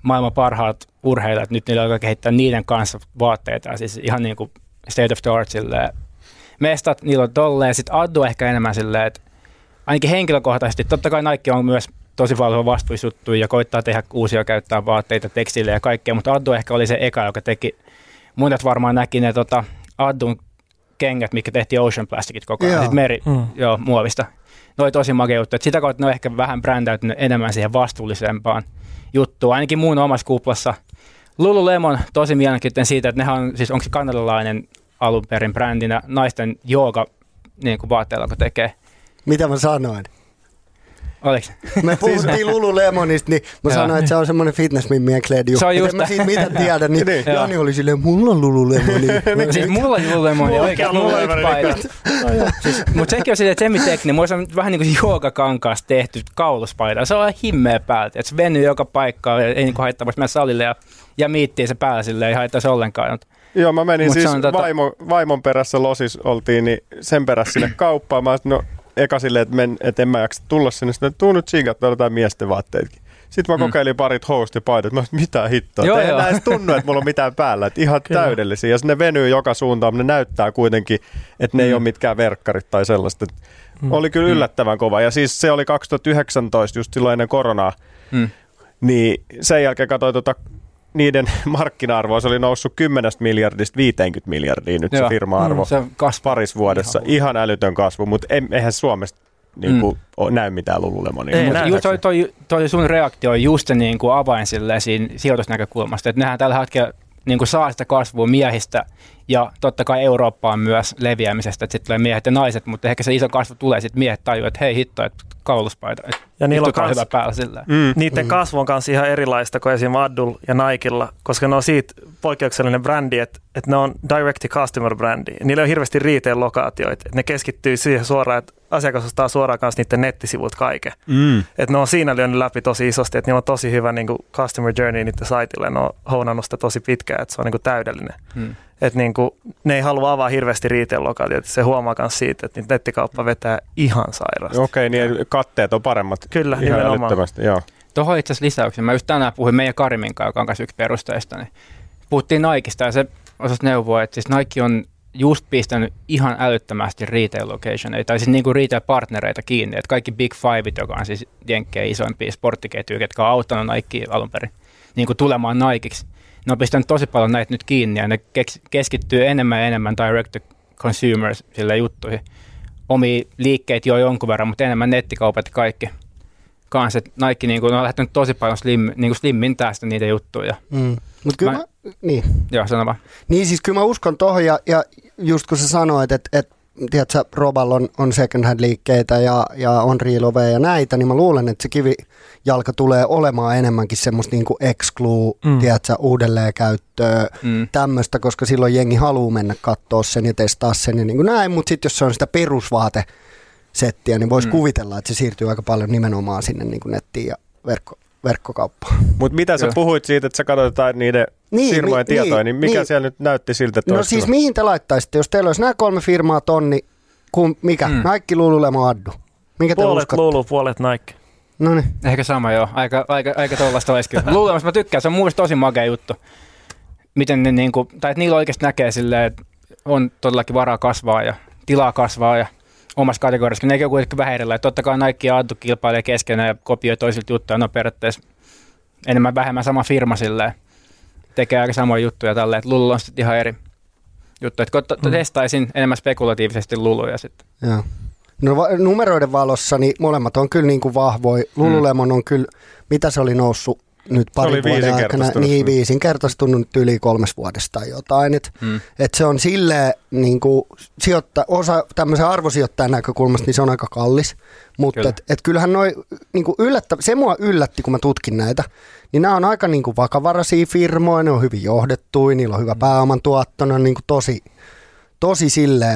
maailman parhaat urheilijat, nyt niillä alkaa kehittää niiden kanssa vaatteita, siis ihan niin kuin state of the art silleen. Mestat, niillä on tolleen, sitten Addu ehkä enemmän silleen, että ainakin henkilökohtaisesti, totta kai Nike on myös tosi paljon vastuisuttuja ja koittaa tehdä uusia, käyttää vaatteita, tekstiilejä ja kaikkea, mutta Addu ehkä oli se eka, joka teki, monet varmaan näki ne Addun kengät, mitkä tehtiin Ocean Plasticit koko ajan, sitten muovista. Ne oli tosi makea juttu, että sitä kautta ne on ehkä vähän brändäytynyt enemmän siihen vastuullisempaan juttuun, ainakin muun omassa kuplassa. Lululemon tosi mielenkiintoinen siitä, että nehän on, siis onko se kanadalainen alun perin brändinä naisten jooga niin kuin vaatteilla, kun tekee. Mitä mä sanoin? Oliko? Me puhuttiin Lululemonista, niin mä sanoin, että se on semmoinen fitnessmimmien kledju. Se on just. En mä siitä mitä tiedä, niin Jani oli silleen, mulla on Lululemoni. Siis mulla on Lululemoni, oikein mulla on yksi paita. Mutta sekin on silleen, että semitekninen, mulla on vähän niin kuin joogakankaasta tehty kauluspaita. Se on himmeä päältä, että se venyy joka paikkaan, ei niin kuin haittaa, voisi mennä salille ja miittiin se päällä silleen, ei haittaisi ollenkaan. Joo, mä menin siis vaimon perässä Losis oltiin, niin sen perässä sinne kauppaan. Mä sanoin, eka silleen, että en mä jaksa tulla sinne. Sitten tuu nyt tsiikat, otetaan miesten vaatteetkin. Sitten mä kokeilin parit housut ja paidat. Mä sanoin, mitä hittoa. Ei enää edes tunnu, että mulla on mitään päällä. Että ihan täydellisiä. Ja ne venyy joka suuntaan, mutta ne näyttää kuitenkin, että ne ei ole mitkään verkkarit tai sellaista. Oli kyllä yllättävän kova. Ja siis se oli 2019, just silloin ennen koronaa. Niin sen jälkeen katsoin niiden markkina-arvoa, se oli noussut 10 miljardista 50 miljardia nyt se firma-arvo parissa vuodessa. Ihan älytön kasvu, mutta eihän Suomessa niinku näy mitään Lululemonia. Toi sun reaktio on just se niinku avain siinä sijoitusnäkökulmasta, että nehän tällä hetkellä niinku saa sitä kasvua miehistä ja totta kai Eurooppaan myös leviämisestä, että sitten tulee miehet ja naiset, mutta ehkä se iso kasvu tulee sitten miehet tajuu, että hei hitto, että kauluspaita, ja niillä on hyvä päällä sillä. Niiden kasvu on kanssa ihan erilaista kuin esimerkiksi Addul ja Nikella, koska ne on siitä poikkeuksellinen brändi, että ne on direct-to-customer-brändi. Niillä on hirveästi retail-lokaatioita. Ne keskittyy siihen suoraan, että asiakas ostaa suoraan kanssa niiden nettisivut kaiken. Että ne on siinä lyönyt läpi tosi isosti, että niillä on tosi hyvä niin kuin customer journey niiden saitille. Ne on hounannut sitä tosi pitkään, että se on niin kuin täydellinen. Että niin kuin, ne ei halua avaa hirveästi retail-lokaatioita. Se huomaa myös siitä, että niitä nettikauppa vetää ihan sairaasti. Okei, niin katteet on paremmat. Kyllä, ihan nimenomaan. Joo. Tuohon itse asiassa lisäyksen. Mä just tänään puhuin meidän Karimin kanssa, joka on kanssa yksi perustajista. Niin puhuttiin Nikesta ja se osasi neuvoa, että siis Nike on just pistänyt ihan älyttömästi retail locationeita, tai siis niin kuin retail-partnereita kiinni. Että kaikki Big Fiveit, joka on siis jenkkejä isoimpia sporttiketjuja, jotka on auttanut Nikea alun perin niin kuin tulemaan Nikeksi. Ne on pistänyt tosi paljon näitä nyt kiinni ja ne keskittyy enemmän ja enemmän direct to consumers sille juttuihin. Omia liikkeitä jo jonkun verran, mutta enemmän nettikaupat ja kaikki. Kanssa, että Nike niin kuin, on lähtenyt tosi paljon slimmin tästä niitä juttuja. Mutta kyllä niin. Joo, sano vaan. Niin siis kyllä mä uskon tohon ja just kun sä sanoit, että tiedätkö, Robal on second hand liikkeitä ja on Reloveja ja näitä, niin mä luulen, että se kivijalka tulee olemaan enemmänkin semmoista niinku exclue, tiedätkö, uudelleenkäyttöä, tämmöistä, koska silloin jengi haluaa mennä katsoa sen ja testaa sen ja niin kuin näin, mutta sitten jos se on sitä perusvaatesettiä, niin voisi kuvitella, että se siirtyy aika paljon nimenomaan sinne niin kuin nettiin ja verkkokauppaan. Mutta mitä sä puhuit siitä, että sä katsotaan niiden firmojen tietoja, niin mikä siellä nyt näytti siltä, että no siis mihin te laittaisitte, jos teillä olisi nämä 3 firmaa tonni, mikä? Nike, Lululemon, Addu. Minkä te uskotte? Puolet Lulu, puolet Nike. Noniin. Ehkä sama joo, aika tollaista olisi kyllä. Lululemasta mä tykkään, se on mun mielestä tosi makea juttu. Miten ne niinku, tai että niillä oikeasti näkee silleen, että on todellakin varaa kasvaa ja tilaa kasvaa ja omassa kategoriassa. Nekin on kuitenkin vähän erilainen. Totta kai Nike ja Addu kilpailee keskenään ja kopioi toisilta juttuja. Ne on periaatteessa enemmän vähemmän sama firma silleen. Tekee aika samoja juttuja tälleen. Että Lulu on sitten ihan eri juttu. Että testaisin enemmän spekulatiivisesti Luluja sitten. Joo. No numeroiden valossa niin molemmat on kyllä niin kuin vahvoja. Lululemon on kyllä, mitä se oli noussut nyt parin vuoden aikana, niin 5-kertaistunut yli 3 vuodesta tai jotain. Et se on silleen, niin kuin osa tämmöisen arvosijoittajan näkökulmasta, niin se on aika kallis. Mutta kyllä. Kyllähän noi, niin kuin se mua yllätti, kun mä tutkin näitä, niin nämä on aika niin kuin vakavaraisia firmoja, ne on hyvin johdettuja, niillä on hyvä pääoman tuotto, ne on niin kuin tosi silleen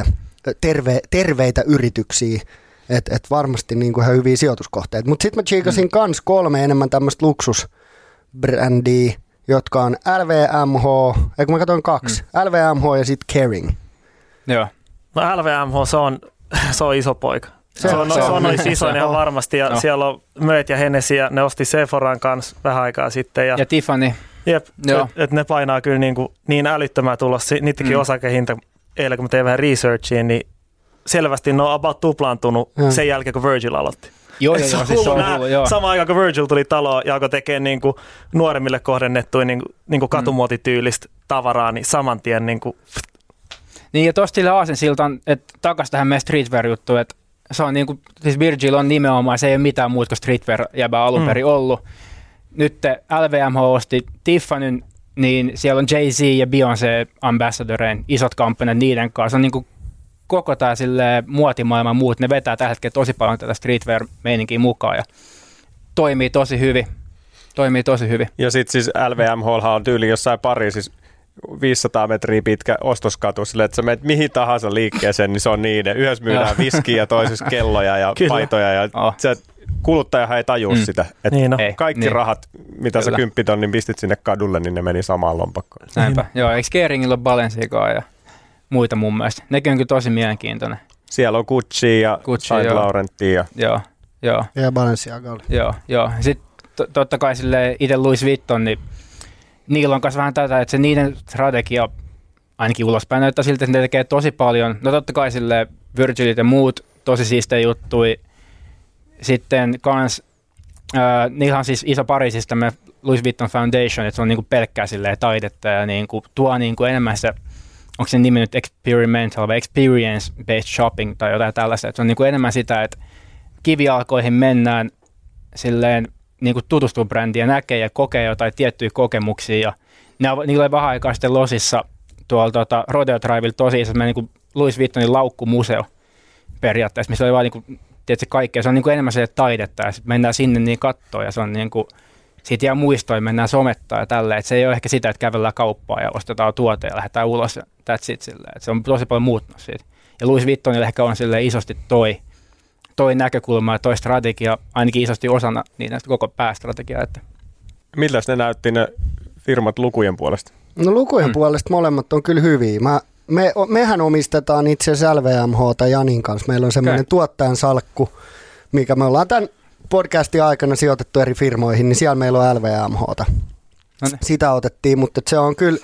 terveitä yrityksiä. Et varmasti niin kuin ihan hyviä sijoituskohteita. Mutta sitten mä tsiikasin kans 3 enemmän tämmöistä luksusbrändiä, jotka on LVMH, eikö mä katsoin 2, LVMH ja sitten Kering. Joo. No LVMH, se on iso poika. Se on noissa isoin ihan varmasti, ja siellä on Moet ja Hennessy, ja ne osti Sephoran kanssa vähän aikaa sitten. Ja Tiffany. Jep, että ne painaa kyllä niin älyttömää tulossa. Niidenkin osakehinta, eilen kun mä tein vähän researchiin, niin selvästi ne on about tuplaantunut sen jälkeen, kun Virgil aloitti. Joo, siis se on hullu, joo. Samaan aikaan, kun Virgil tuli taloon ja alkoi tekemään nuoremmille kohdennettua katumuotityylistä tavaraa, niin saman tien Niin, ja tuosta sille aasinsiltaan, että takaisin tähän meidän streetwear-juttuun, että se on siis Virgil on nimenomaan, se ei ole mitään muuta kuin streetwear-jäbä alun perin ollut. Nyt LVMH osti Tiffanyn, niin siellä on Jay-Z ja Beyoncé ambassadoreen, isot kampanjat niiden kanssa. Se on koko tämä muotimaailman muut, ne vetää tällä hetkellä tosi paljon tätä streetwear-meininkiä mukaan ja toimii tosi hyvin. Ja sitten siis LVMH on tyyli jossain Pariisissa 500 metriä pitkä ostoskatu, sille, että sä menet mihin tahansa liikkeeseen, niin se on niiden. Yhdessä myydään viskiä ja toisessa kelloja ja paitoja ja kuluttajahan ei tajua sitä. Että kaikki rahat, mitä sä 10 tonnin pistit sinne kadulle, niin ne meni samaan lompakkoon. Näinpä. Joo, eikö Keringillä ole Balenciagaa ja muita mun mielestä? Nekin on kyllä tosi mielenkiintoinen. Siellä on Gucci ja Saint Laurentia. Joo. Ja Balenciaga. Joo. Sitten totta kai itse Louis Vuitton, niin niillä on myös vähän tätä, että se niiden strategia ainakin ulospäin näyttää siltä, että ne tekee tosi paljon. No totta kai Virgilit ja muut tosi siistejä juttui. Sitten kans, niillä on siis iso Pariisista tämä Louis Vuitton Foundation, että se on pelkkää taidetta ja tuo enemmän se, onko se nimi nyt experimental vai experience-based shopping tai jotain tällaista. Että se on enemmän sitä, että kivijalkoihin mennään silleen tutustuu brändiin ja näkee ja kokee jotain tiettyjä kokemuksia. Ja niillä oli vähän aikaa sitten Losissa tuolla Rodeo Drivella tosi iso Louis Vuittonin laukkumuseo periaatteessa, missä oli vaan tietysti kaikkea. Se on enemmän se taidetta ja sitten mennään sinne kattoon ja se on siitä jää muistoja, mennään somettaa ja tälleen. Se ei ole ehkä sitä, että kävellään kauppaan ja ostetaan tuote ja lähdetään ulos ja that's it silleen. Se on tosi paljon muuttunut siitä. Ja Louis Vuittonilla ehkä on isosti toi näkökulma ja toi strategia ainakin isosti osana niin koko päästrategiaa. Että. Milläs ne näytti ne firmat lukujen puolesta? No lukujen puolesta molemmat on kyllä hyviä. Mehän omistetaan itse asiassa LVMH:ta Janin kanssa. Meillä on semmoinen tuottajan salkku, mikä me ollaan tämän podcastin aikana sijoitettu eri firmoihin, niin siellä meillä on LVMH:ta. Sitä otettiin, mutta se on kyllä,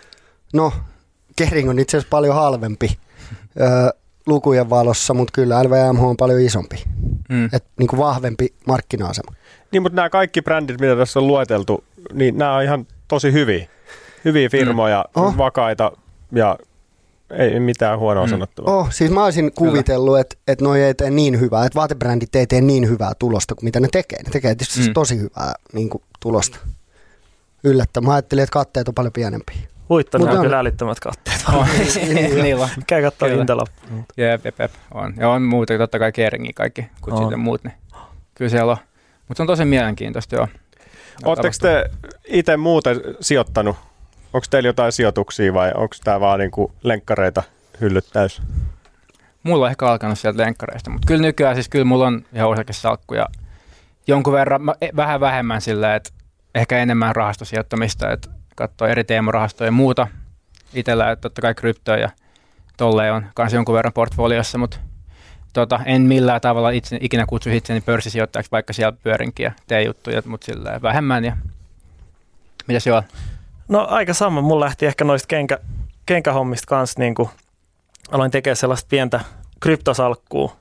Kering on itse asiassa paljon halvempi lukujen valossa, mutta kyllä LVMH on paljon isompi. Että vahvempi markkina-asema. Niin, mutta nämä kaikki brändit, mitä tässä on lueteltu, niin nämä on ihan tosi hyviä firmoja, vakaita ja ei mitään huonoa sanottavaa. Siis mä olisin kuvitellut, että noi ei tee niin hyvää, että vaatebrändit ei tee niin hyvää tulosta kuin mitä ne tekee. Ne tekee tietysti tosi hyvää tulosta. Mä ajattelin, että katteet on paljon pienempiä. Huittanut on kyllä älyttömät katteet. Niillä. Käy katsoa hintalappu. Jep. On. Ja on muuta, totta kai Keringiä kaikki, Gucci ja muut. Niin. Kyllä siellä on. Mutta se on tosi mielenkiintoista, joo. Oletteko te itse muuten sijoittanut? Onko teillä jotain sijoituksia vai onko tämä vaan lenkkareita hyllyt täys? Mulla on ehkä alkanut sieltä lenkkareista, mutta kyllä nykyään kyllä mulla on ihan osakesalkku ja jonkun verran, vähän vähemmän sillä, että ehkä enemmän rahastosijoittamista, että katsoo eri teemarahastoja ja muuta itsellä, että totta kai kryptoja ja tolleen on kanssa jonkun verran portfoliossa, mutta en millään tavalla ikinä kutsu itseni pörssisijoittajaksi, vaikka siellä pyörinkin ja tee juttuja, mutta sillä vähemmän. Ja mitäs joo? No aika sama. Mulla lähti ehkä noista kenkähommista kanssa, aloin tekemään sellaista pientä kryptosalkkua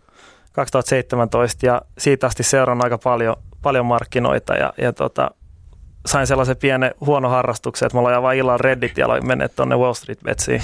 2017 ja siitä asti seuraan aika paljon markkinoita ja sain sellaisen pienen huono harrastuksen, että mä aloin vaan illan Reddit ja aloin mennä tuonne Wall Street Betsiin.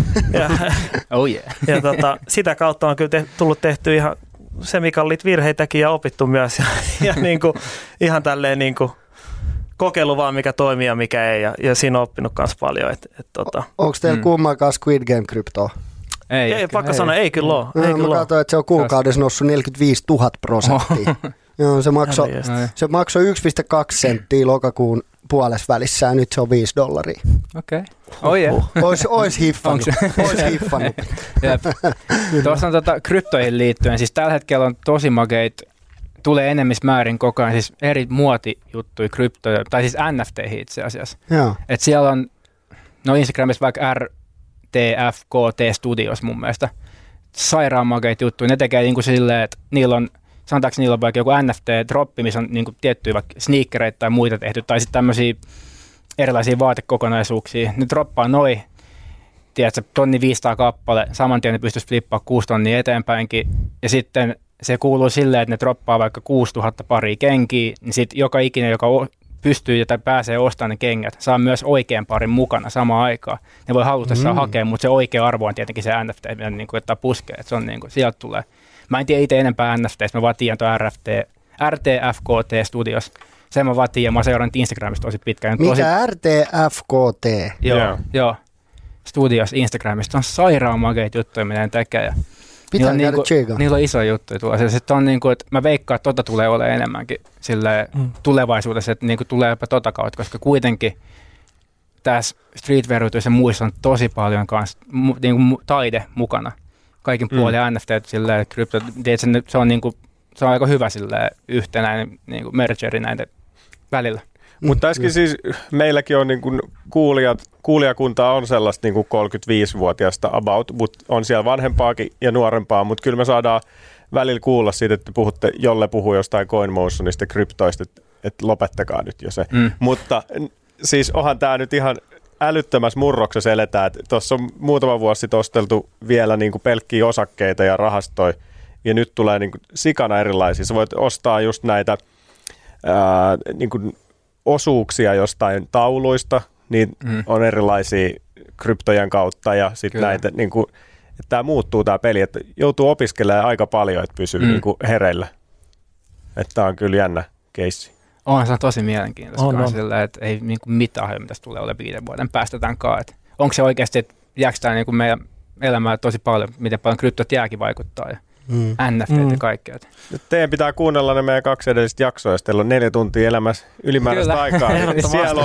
Ja sitä kautta on kyllä tullut tehty ihan se, mikä oli virheitäkin ja opittu myös. Ja ihan tälleen kokeilu vaan, mikä toimii ja mikä ei. Ja siinä on oppinut myös paljon. Onko teillä kummankaan Squid Game-kryptoa? Ei, pakko sanoa, ei kyllä ole. Mä katsoin, että se on kuukaudessa noussut 45 000%. Joo, se maksoi 1,2 senttiä lokakuun puolessa välissä ja nyt se on $5. Okei. Ois hiffannut. Tuossa on kryptoihin liittyen, siis tällä hetkellä on tosi makeita, tulee enemmissä määrin koko ajan, siis eri muotijuttuja kryptoja, tai siis NFTihin itse asiassa. Että siellä on, Instagramissa vaikka RTFKT Studios mun mielestä, sairaan makeita juttuja. Ne tekee niinku silleen, että sanotaanko niillä on vaikka joku NFT-droppi, missä on niinku tiettyjä vaikka sneakereita tai muita tehty, tai sitten tämmöisiä erilaisia vaatekokonaisuuksia. Ne droppaa noin, tiedätkö, 1500 kappale, saman tien ne pystyisi flippaamaan 6 tonnia eteenpäinkin, ja sitten se kuuluu silleen, että ne droppaa vaikka 6000 paria kenkiä, niin sitten joka ikinen, joka pystyy tai pääsee ostamaan ne kengät, saa myös oikean parin mukana samaan aikaan. Ne voi halutessaan hakea, mutta se oikea arvo on tietenkin se NFT, mitä niin ottaa puskeen, että se on niin kuin, sieltä tulee. Mä en tiedä itse enempää NFTistä, mä vaan tiedän tuon RTFKT Studios. Sen mä vaan tiedän, mä seuraan Instagramista tosi pitkään. Mikä RTFKT? Joo. Studios Instagramista on sairaan makeita juttuja, mitä ne tekee. Pitää käydä tsiikaa. Niillä on isoja juttuja tuolla. Sitten on niinku, että mä veikkaan, että tota tulee olemaan enemmänkin tulevaisuudessa, että niinku tulee jopa tota kautta, koska kuitenkin tässä streetwear-jutuissa ja muissa on tosi paljon kans, niinku taide mukana. Kaikin puolin NFT silleen, krypto, se on aika hyvä silleen yhtenäinen niinku mergeri näiden välillä. Mutta tässäkin siis meilläkin on niin kuin kuulijakuntaa on sellaista niin kuin 35-vuotiaista about, mutta on siellä vanhempaakin ja nuorempaa, mutta kyllä me saadaan välillä kuulla siitä, että puhutte, jolle puhuu jostain CoinMotionista ja kryptoista, että lopettakaa nyt jo se. Mutta siis onhan tämä nyt ihan älyttömässä murroksessa eletään, että tuossa on muutama vuosi sitten osteltu vielä niin kuin pelkkiä osakkeita ja rahastoja, ja nyt tulee niin kuin sikana erilaisia. Sä voit ostaa just näitä niin kuin osuuksia jostain tauluista, niin on erilaisia kryptojen kautta ja sitten näitä, niin kuin, että tämä muuttuu tämä peli, että joutuu opiskelemaan aika paljon, että pysyy niin kuin hereillä. Että tämä on kyllä jännä keissi. Se on tosi mielenkiintoista, sillä, että ei niin kuin mitään hajua, mitä tulee olla 5 vuoden päästä tämänkaan. Onko se oikeasti, että jääkö tämä niin kuin meidän elämään tosi paljon, miten paljon kryptot jääkin vaikuttaa ja NFT ja kaikkea. Nyt teidän pitää kuunnella ne meidän 2 edellistä jaksoa, jos teillä on 4 tuntia elämässä ylimääräistä aikaa. Niin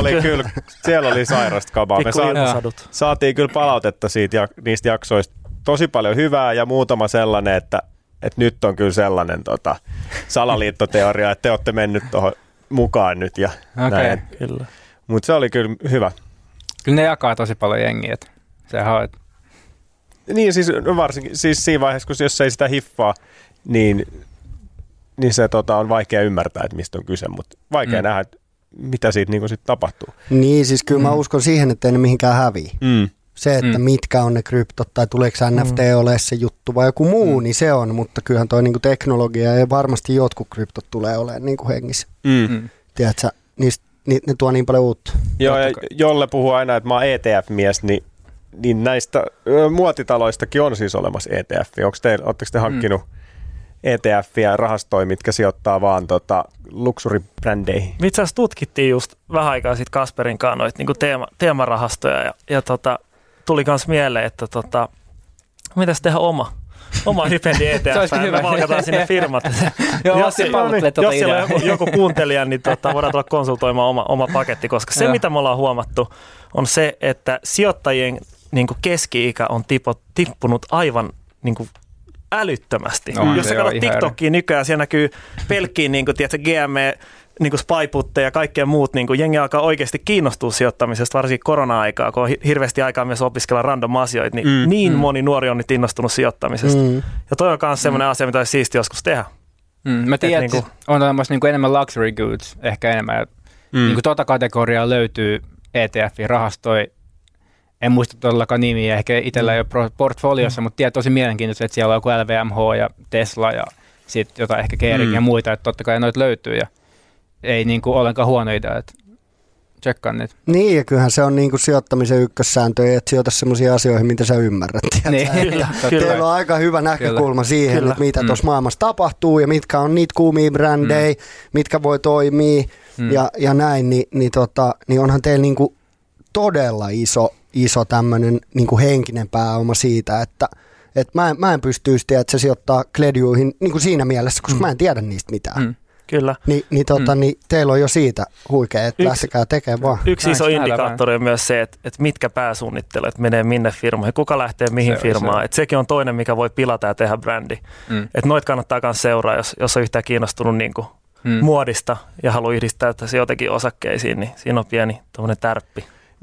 siellä oli sairasta kabaa. Me saatiin kyllä palautetta niistä jaksoista tosi paljon hyvää ja muutama sellainen, että nyt on kyllä sellainen salaliittoteoria, että te olette mennyt tuohon mukaan nyt ja näin. Mutta se oli kyllä hyvä. Kyllä ne jakaa tosi paljon jengiä, että sehän on. Niin, siis varsinkin siis siinä vaiheessa, kun jos ei sitä hiffaa, niin se on vaikea ymmärtää, että mistä on kyse, mutta vaikea nähdä, mitä siitä niin sitten tapahtuu. Niin, siis kyllä mä uskon siihen, että ei ne mihinkään häviä. Se, että mitkä on ne kryptot tai tuleeko NFT ole se juttu vai joku muu, niin se on, mutta kyllähän toi niinku teknologia ja varmasti jotkut kryptot tulee olemaan niinku hengissä. Tiedätkö, ne tuo niin paljon uutta. Joo, ja Jolle puhuu aina, että mä oon ETF-mies, niin näistä muotitaloistakin on siis olemassa ETF. Oletteko te hankkinut ETF-ja rahastoja, mitkä sijoittaa vaan luxuribrändeihin? Me itse asiassa tutkittiin just vähän aikaa sitten Kasperin kanssa noita niinku teemarahastoja ja tuli myös mieleen, että mitäs tehdä oma Hypendi ETF, me valkataan sinne firmat. Jos siellä on joku kuuntelija, niin voidaan tulla konsultoimaan oma paketti, koska se mitä me ollaan huomattu on se, että sijoittajien niin kuin keski-ikä on tippunut aivan niin kuin älyttömästi. Jos sä katsot TikTokia nykyään, siellä näkyy pelkkiin niin kuin, tiedätkö, GME, niin kuin spyputteja ja kaikkea muut. Niin kuin jengi alkaa oikeasti kiinnostua sijoittamisesta, varsinkin korona-aikaa, kun on hirveästi aikaa myös opiskella random asioita, niin moni nuori on nyt innostunut sijoittamisesta. Ja toi on myös sellainen asia, mitä olisi siisti joskus tehdä. Mä tiedän, että on olemassa niin kuin enemmän luxury goods, ehkä enemmän. Niin kuin tuota kategoriaa löytyy ETF-rahastoja. En muista todellakaan nimiä, ehkä itsellä ei ole portfoliossa, mutta tiedän tosi mielenkiintoista, että siellä on joku LVMH ja Tesla ja sitten jotain ehkä Kering ja muita, että totta kai noita löytyy ja ei niin kuin ollenkaan huono idea, että tsekkaan niitä. Niin, ja kyllähän se on niin kuin sijoittamisen ykkössääntö, että sijoita sellaisiin asioihin, mitä sä ymmärrät. Niin. Teillä on aika hyvä näkökulma siihen, että mitä tuossa maailmassa tapahtuu ja mitkä on niitä kuumia brändejä, mitkä voi toimia ja näin, niin onhan teillä niin kuin todella iso tämmöinen niin kuin henkinen pääoma siitä, että mä en pystyisi että se sijoittaa Kledjuihin niin kuin siinä mielessä, koska mä en tiedä niistä mitään. Kyllä. Niin teillä on jo siitä huikea, että lähtekää tekemään vaan. Yksi iso indikaattori on myös se, että mitkä pääsuunnittelijat menee minne firmoihin, kuka lähtee mihin firmaan. Että sekin on toinen, mikä voi pilata ja tehdä brändi. Että noita kannattaa myös seuraa, jos on yhtään kiinnostunut niin kuin muodista ja haluaa yhdistää se jotenkin osakkeisiin, niin siinä on pieni tuommoinen tärppi.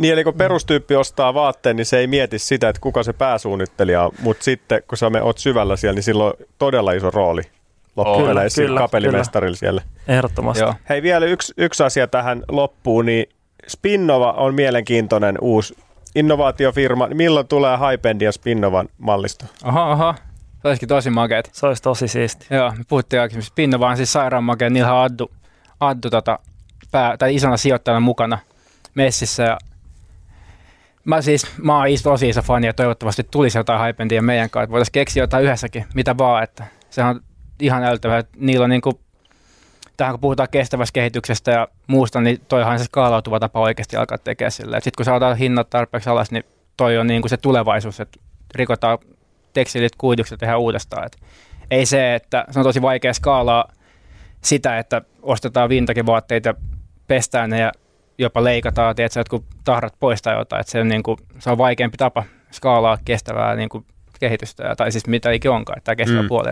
Niin, eli kun perustyyppi ostaa vaatteen, niin se ei mieti sitä, että kuka se pääsuunnittelija on, mutta sitten kun sä oot syvällä siellä, niin silloin on todella iso rooli loppupeleissä kapellimestarilla siellä. Ehdottomasti. Joo. Hei, vielä yksi asia tähän loppuun, niin Spinnova on mielenkiintoinen uusi innovaatiofirma. Milloin tulee HiPendin ja Spinnovan mallisto? Aha. Se olisikin tosi makeet. Se olisi tosi siisti. Joo, me puhuttiin aikaisemmin. Spinnova on siis sairaan makea. Niillä on Addu tai isona sijoittajana mukana messissä. Ja mä oon tosi iso fani ja toivottavasti tulisi jotain HiPendia meidän kanssa. Voitaisiin keksiä jotain yhdessäkin, mitä vaan. Että se on ihan älyttävää. Niillä on niinku, tähän kun puhutaan kestävästä kehityksestä ja muusta, niin toihan se skaalautuva tapa oikeasti alkaa tekemään silleen. Sitten kun saadaan hinnat tarpeeksi alas, niin toi on niinku se tulevaisuus, että rikotaan tekstiilit kuiduksi ja tehdään uudestaan. Et ei se, että se on tosi vaikea skaalaa sitä, että ostetaan vintagevaatteita ja pestään ne ja jopa leikataan, tiedätkö, jotkut tahrat poistaa jotain. Et se on vaikeampi tapa skaalaa kestävää niinku kehitystä, tai siis mitä ikinä onkaan, tämä kestävä puoli.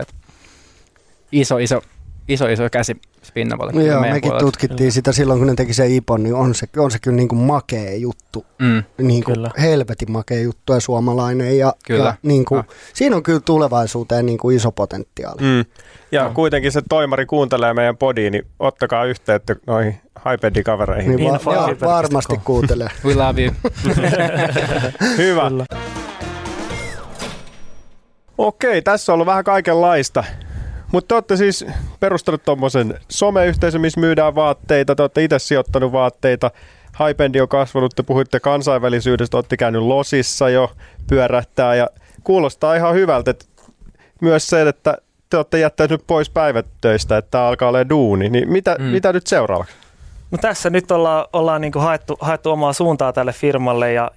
Iso käsi Spinnovalle. Joo, mekin puolelta tutkittiin sitä silloin, kun ne teki sen IPON, niin on se kyllä niin kuin makea juttu. Niin kuin helvetin makea juttu ja suomalainen. Ja niin kuin, siinä on kyllä tulevaisuuteen niin kuin iso potentiaali. Ja kuitenkin se toimari kuuntelee meidän podiin, niin ottakaa yhteyttä noihin HiPendin kavereihin. Niin varmasti kuuntelee. We love you. Hyvä. Kyllä. Okei, tässä on ollut vähän kaikenlaista. Mutta te olette siis perustanut tuommoisen someyhteisön, missä myydään vaatteita. Te olette itse sijoittanut vaatteita. HiPendi on kasvanut, te puhuitte kansainvälisyydestä, olette käynyt Losissa jo pyörähtää. Ja kuulostaa ihan hyvältä, että myös se, että te olette jättänyt pois päivätöistä, että tämä alkaa olla duuni. Niin mitä nyt seuraavaksi? No tässä nyt ollaan niin kuin haettu omaa suuntaa tälle firmalle ja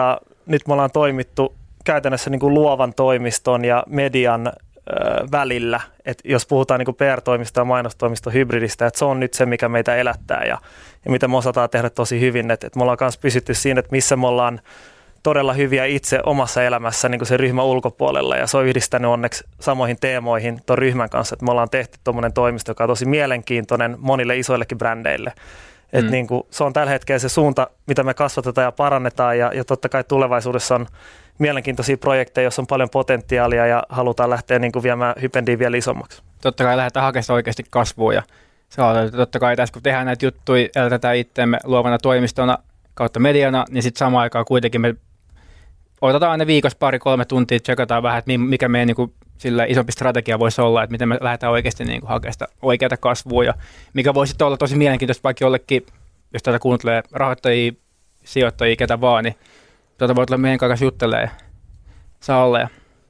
nyt me ollaan toimittu käytännössä niin kuin luovan toimiston ja median välillä, että jos puhutaan niin kuin PR-toimista ja mainostoimiston hybridistä, että se on nyt se, mikä meitä elättää ja mitä me osataan tehdä tosi hyvin, että me ollaan myös pysytty siinä, että missä me ollaan todella hyviä itse omassa elämässä niin kuin se ryhmän ulkopuolella ja se on yhdistänyt onneksi samoihin teemoihin tuon ryhmän kanssa, että me ollaan tehty tuommoinen toimisto, joka on tosi mielenkiintoinen monille isoillekin brändeille. Että niin kuin, se on tällä hetkellä se suunta, mitä me kasvatetaan ja parannetaan ja totta kai tulevaisuudessa on mielenkiintoisia projekteja, joissa on paljon potentiaalia ja halutaan lähteä niin kuin viemään HiPendiä vielä isommaksi. Totta kai lähdetään hakemaan oikeasti kasvua ja totta kai tässä kun tehdään näitä juttuja, elätetään itseämme luovana toimistona kautta mediana, niin sitten samaan aikaan kuitenkin me otetaan aina viikossa 2-3 tuntia, tsekataan vähän, että mikä meidän niin kuin, sillä isompi strategia voisi olla, että miten me lähdetään oikeasti niin kuin, hakemaan sitä oikeaa kasvua ja mikä voisi olla tosi mielenkiintoista vaikka jollekin, jos tätä kuuntelee rahoittajia, sijoittajia, ketä vaan, niin voi tulla meidän kanssa juttelemaan ja saa olla. Ja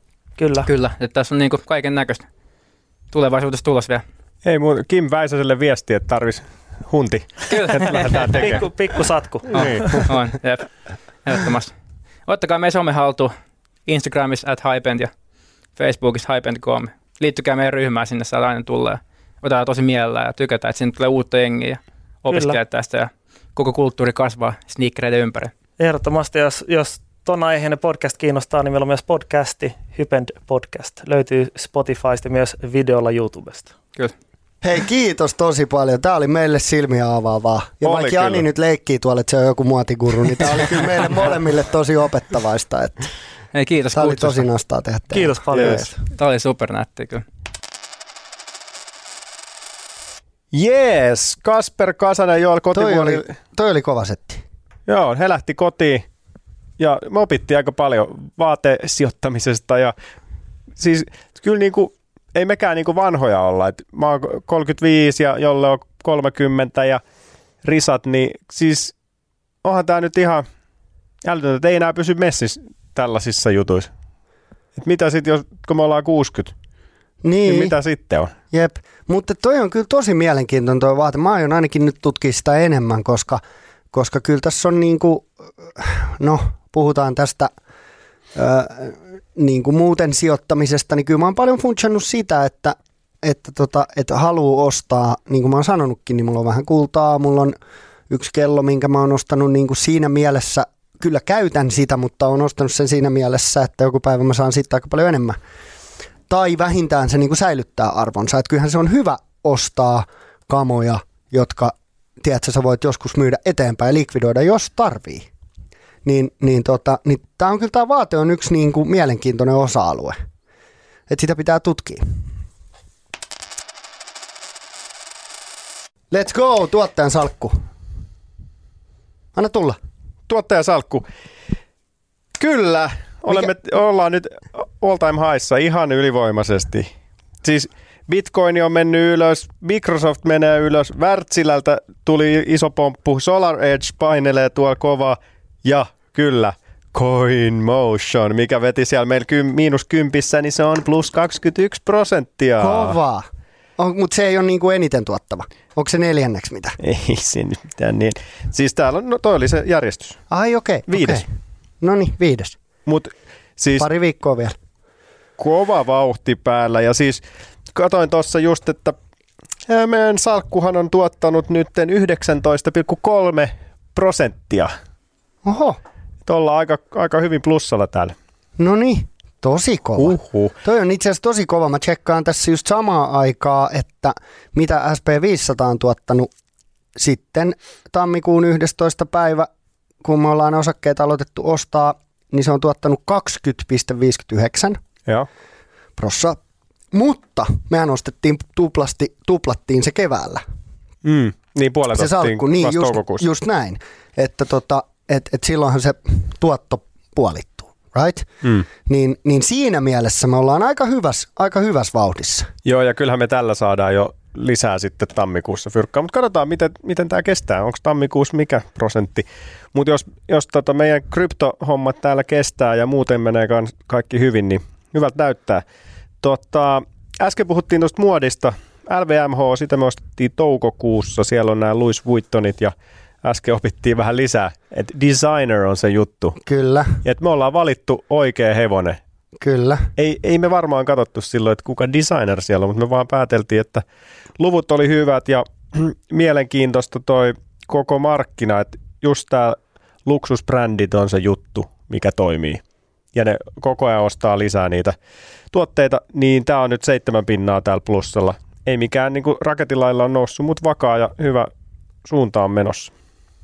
Kyllä, että tässä on niin kuin kaiken näköistä. Tulevaisuudessa tulos vielä. Ei mun Kim Väisäselle viesti, että tarvisi hunti. Kyllä. Että lähdetään tekemään. Pikku satku. On, jep. Ehdottomasti. Ottakaa meidän some haltuun. Instagramissa @HiPend ja Facebookissa HiPend.com. Liittykää meidän ryhmään, sinne saa aina tulla. Otetaan tosi mielellään ja tykätään, että sinne tulee uutta jengiä ja opiskelee tästä ja koko kulttuuri kasvaa sneakereiden ympäri. Ehdottomasti, jos ton aiheinen podcast kiinnostaa, niin meillä on myös podcasti, HiPend Podcast. Löytyy Spotifysta ja myös videolla YouTubesta. Kyllä. Hei, kiitos tosi paljon. Tämä oli meille silmiä avaavaa. Ja oli vaikka kyllä. Jani nyt leikkii tuolla, että se on joku muotiguru, niin tämä oli kyllä meille molemmille tosi opettavaista. Että Hei, kiitos tämä oli kutsusta. tosi nastaa tehdä. Kiitos paljon. Yes. Tämä oli supernätti kyllä. Jees, Kasper Kasanen ja Joel Kotivuori. Toi oli kova setti. Joo, he lähti kotiin ja me opittiin aika paljon vaatesijoittamisesta ja siis kyllä niinku, ei mekään niinku vanhoja olla. Et mä oon 35 ja Jolle on 30 ja risat, niin siis onhan tää nyt ihan älytöntä, että ei enää pysy messissä tällaisissa jutuissa. Et mitä sitten, kun me ollaan 60? Niin mitä sitten on? Jep, mutta toi on kyllä tosi mielenkiintoinen toi vaate. Mä aion ainakin nyt tutkia sitä enemmän, koska kyllä tässä on niinku, no puhutaan tästä niinku muuten sijoittamisesta, niin kyllä mä oon paljon funtsannut sitä, että haluaa ostaa, niin kuin mä oon sanonutkin, niin mulla on vähän kultaa, mulla on yksi kello, minkä mä oon ostanut niin kuin siinä mielessä, kyllä käytän sitä, mutta oon ostanut sen siinä mielessä, että joku päivä mä saan siitä aika paljon enemmän. Tai vähintään se niin kuin säilyttää arvonsa. Että kyllähän se on hyvä ostaa kamoja, jotka, tiedätkö, sä voit joskus myydä eteenpäin ja likvidoida, jos tarvii. niin tämä on kyllä, tämä vaate on yksi niin kuin mielenkiintoinen osa-alue. Että sitä pitää tutkia. Let's go, tuottajan salkku. Anna tulla. Tuottajan salkku. Kyllä, ollaan nyt all time highssa ihan ylivoimaisesti. Siis Bitcoin on mennyt ylös, Microsoft menee ylös, Wärtsilältä tuli iso pomppu, Solar Edge painelee tuolla kovaa ja kyllä Coin Motion, mikä veti siellä meillä -10, niin se on +21%. Kovaa. Mutta se ei ole niinku eniten tuottava. Onko se 4. mitä? Ei se nyt mitään niin. Siis täällä on, toi oli se järjestys. Ai okei. 5. No niin, 5. Mut siis pari viikkoa vielä. Kova vauhti päällä ja siis katoin tuossa just, että meidän salkkuhan on tuottanut nyt 19,3%. Oho. Ollaan aika hyvin plussalla täällä. No niin, tosi kova. Toi on itse asiassa tosi kova. Mä tsekkaan tässä just samaa aikaa, että mitä SP500 on tuottanut sitten tammikuun 11. päivä, kun me ollaan osakkeita aloitettu ostaa, niin se on tuottanut 20,59 prossaa. Mutta mehän ostettiin tuplattiin se keväällä. Niin puolet se salkku, niin just näin. Että silloinhan se tuotto puolittuu, right? Niin siinä mielessä me ollaan aika hyvässä vauhdissa. Joo, ja kyllähän me tällä saadaan jo lisää sitten tammikuussa fyrkkaa, mutta katsotaan, miten tämä kestää. Onko tammikuussa mikä prosentti? Mutta jos meidän kryptohommat täällä kestää ja muuten menee kaikki hyvin, niin hyvältä näyttää. Äsken puhuttiin tuosta muodista. LVMH, sitä me ostettiin toukokuussa. Siellä on nämä Louis Vuittonit ja äsken opittiin vähän lisää, että designer on se juttu. Kyllä. Ja että me ollaan valittu oikea hevonen. Kyllä. Ei me varmaan katsottu silloin, että kuka designer siellä on, mutta me vaan pääteltiin, että luvut oli hyvät ja mielenkiintoista toi koko markkina, että just tämä luksusbrändit on se juttu, mikä toimii. Ja ne koko ajan ostaa lisää niitä tuotteita, niin tämä on nyt 7 pinnaa täällä plussalla. Ei mikään niin kuin raketilailla on noussut, mutta vakaa ja hyvä suunta on menossa.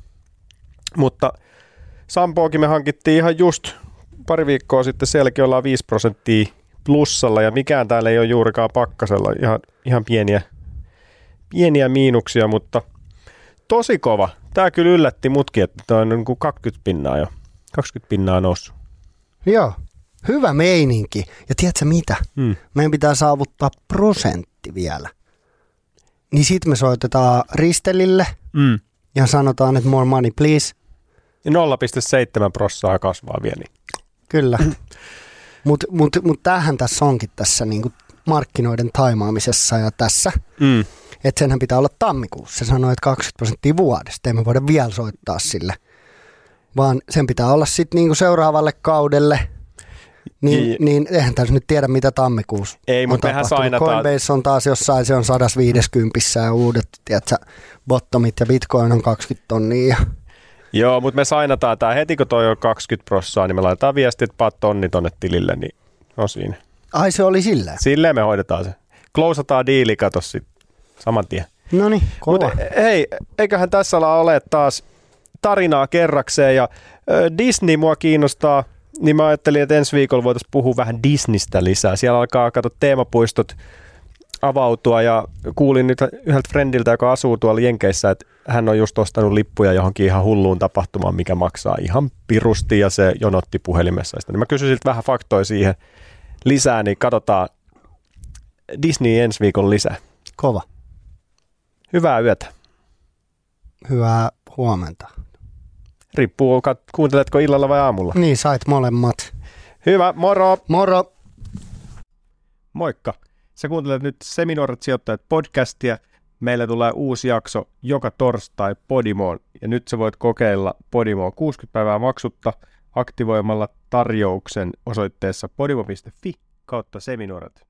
Mutta Sampoakin me hankittiin ihan just pari viikkoa sitten, sielläkin ollaan 5% plussalla ja mikään täällä ei ole juurikaan pakkasella, ihan pieniä miinuksia, mutta tosi kova. Tämä kyllä yllätti mutkin, että tämä on niin kuin 20 pinnaa jo, 20 pinnaa noussut. Joo, hyvä meininki. Ja tiedätkö mitä? Meidän pitää saavuttaa 1% vielä. Niin sit me soitetaan Ristelille ja sanotaan, että more money please. Ja 0,7% kasvaa vielä. Niin. Kyllä. Mut tämähän tässä onkin tässä niinku markkinoiden taimaamisessa ja tässä. Että senhän pitää olla tammikuussa. Se sanoi, että 20% vuodesta. Ei me voida vielä soittaa sille. Vaan sen pitää olla sitten niinku seuraavalle kaudelle. Niin eihän tässä nyt tiedä, mitä tammikuussa ei, mutta mehän sainataan. Coinbase on taas jossain, se on 150 ja uudet, tiedätkö, bottomit ja Bitcoin on 20 tonnia. Joo, mutta me sainataan tämä heti, kun toi on 20%, niin me laitetaan viesti, että paat tonni tonne tilille, niin on siinä. Ai se oli silleen? Silleen me hoidetaan se. Closeataan diili, kato sitten saman tien. Noniin, kova. Mutta hei, eiköhän tässä ole taas tarinaa kerrakseen ja Disney mua kiinnostaa, niin mä ajattelin, että ensi viikolla voitaisiin puhua vähän Disneystä lisää. Siellä alkaa teemapuistot avautua ja kuulin nyt yhdeltä friendiltä, joka asuu tuolla Jenkeissä, että hän on just ostanut lippuja johonkin ihan hulluun tapahtumaan, mikä maksaa ihan pirusti ja se jonotti puhelimessa. Niin mä kysyin siltä vähän faktoja siihen lisää, niin katsotaan Disney ensi viikolla lisää. Kova. Hyvää yötä. Hyvää huomenta. Riippuu, kuunteletko illalla vai aamulla. Niin, sait molemmat. Hyvä, moro! Moro! Moikka! Sä kuuntelet nyt Seminuoret sijoittajat podcastia. Meillä tulee uusi jakso joka torstai Podimoon. Ja nyt sä voit kokeilla Podimoa 60 päivää maksutta aktivoimalla tarjouksen osoitteessa podimo.fi/seminuoret.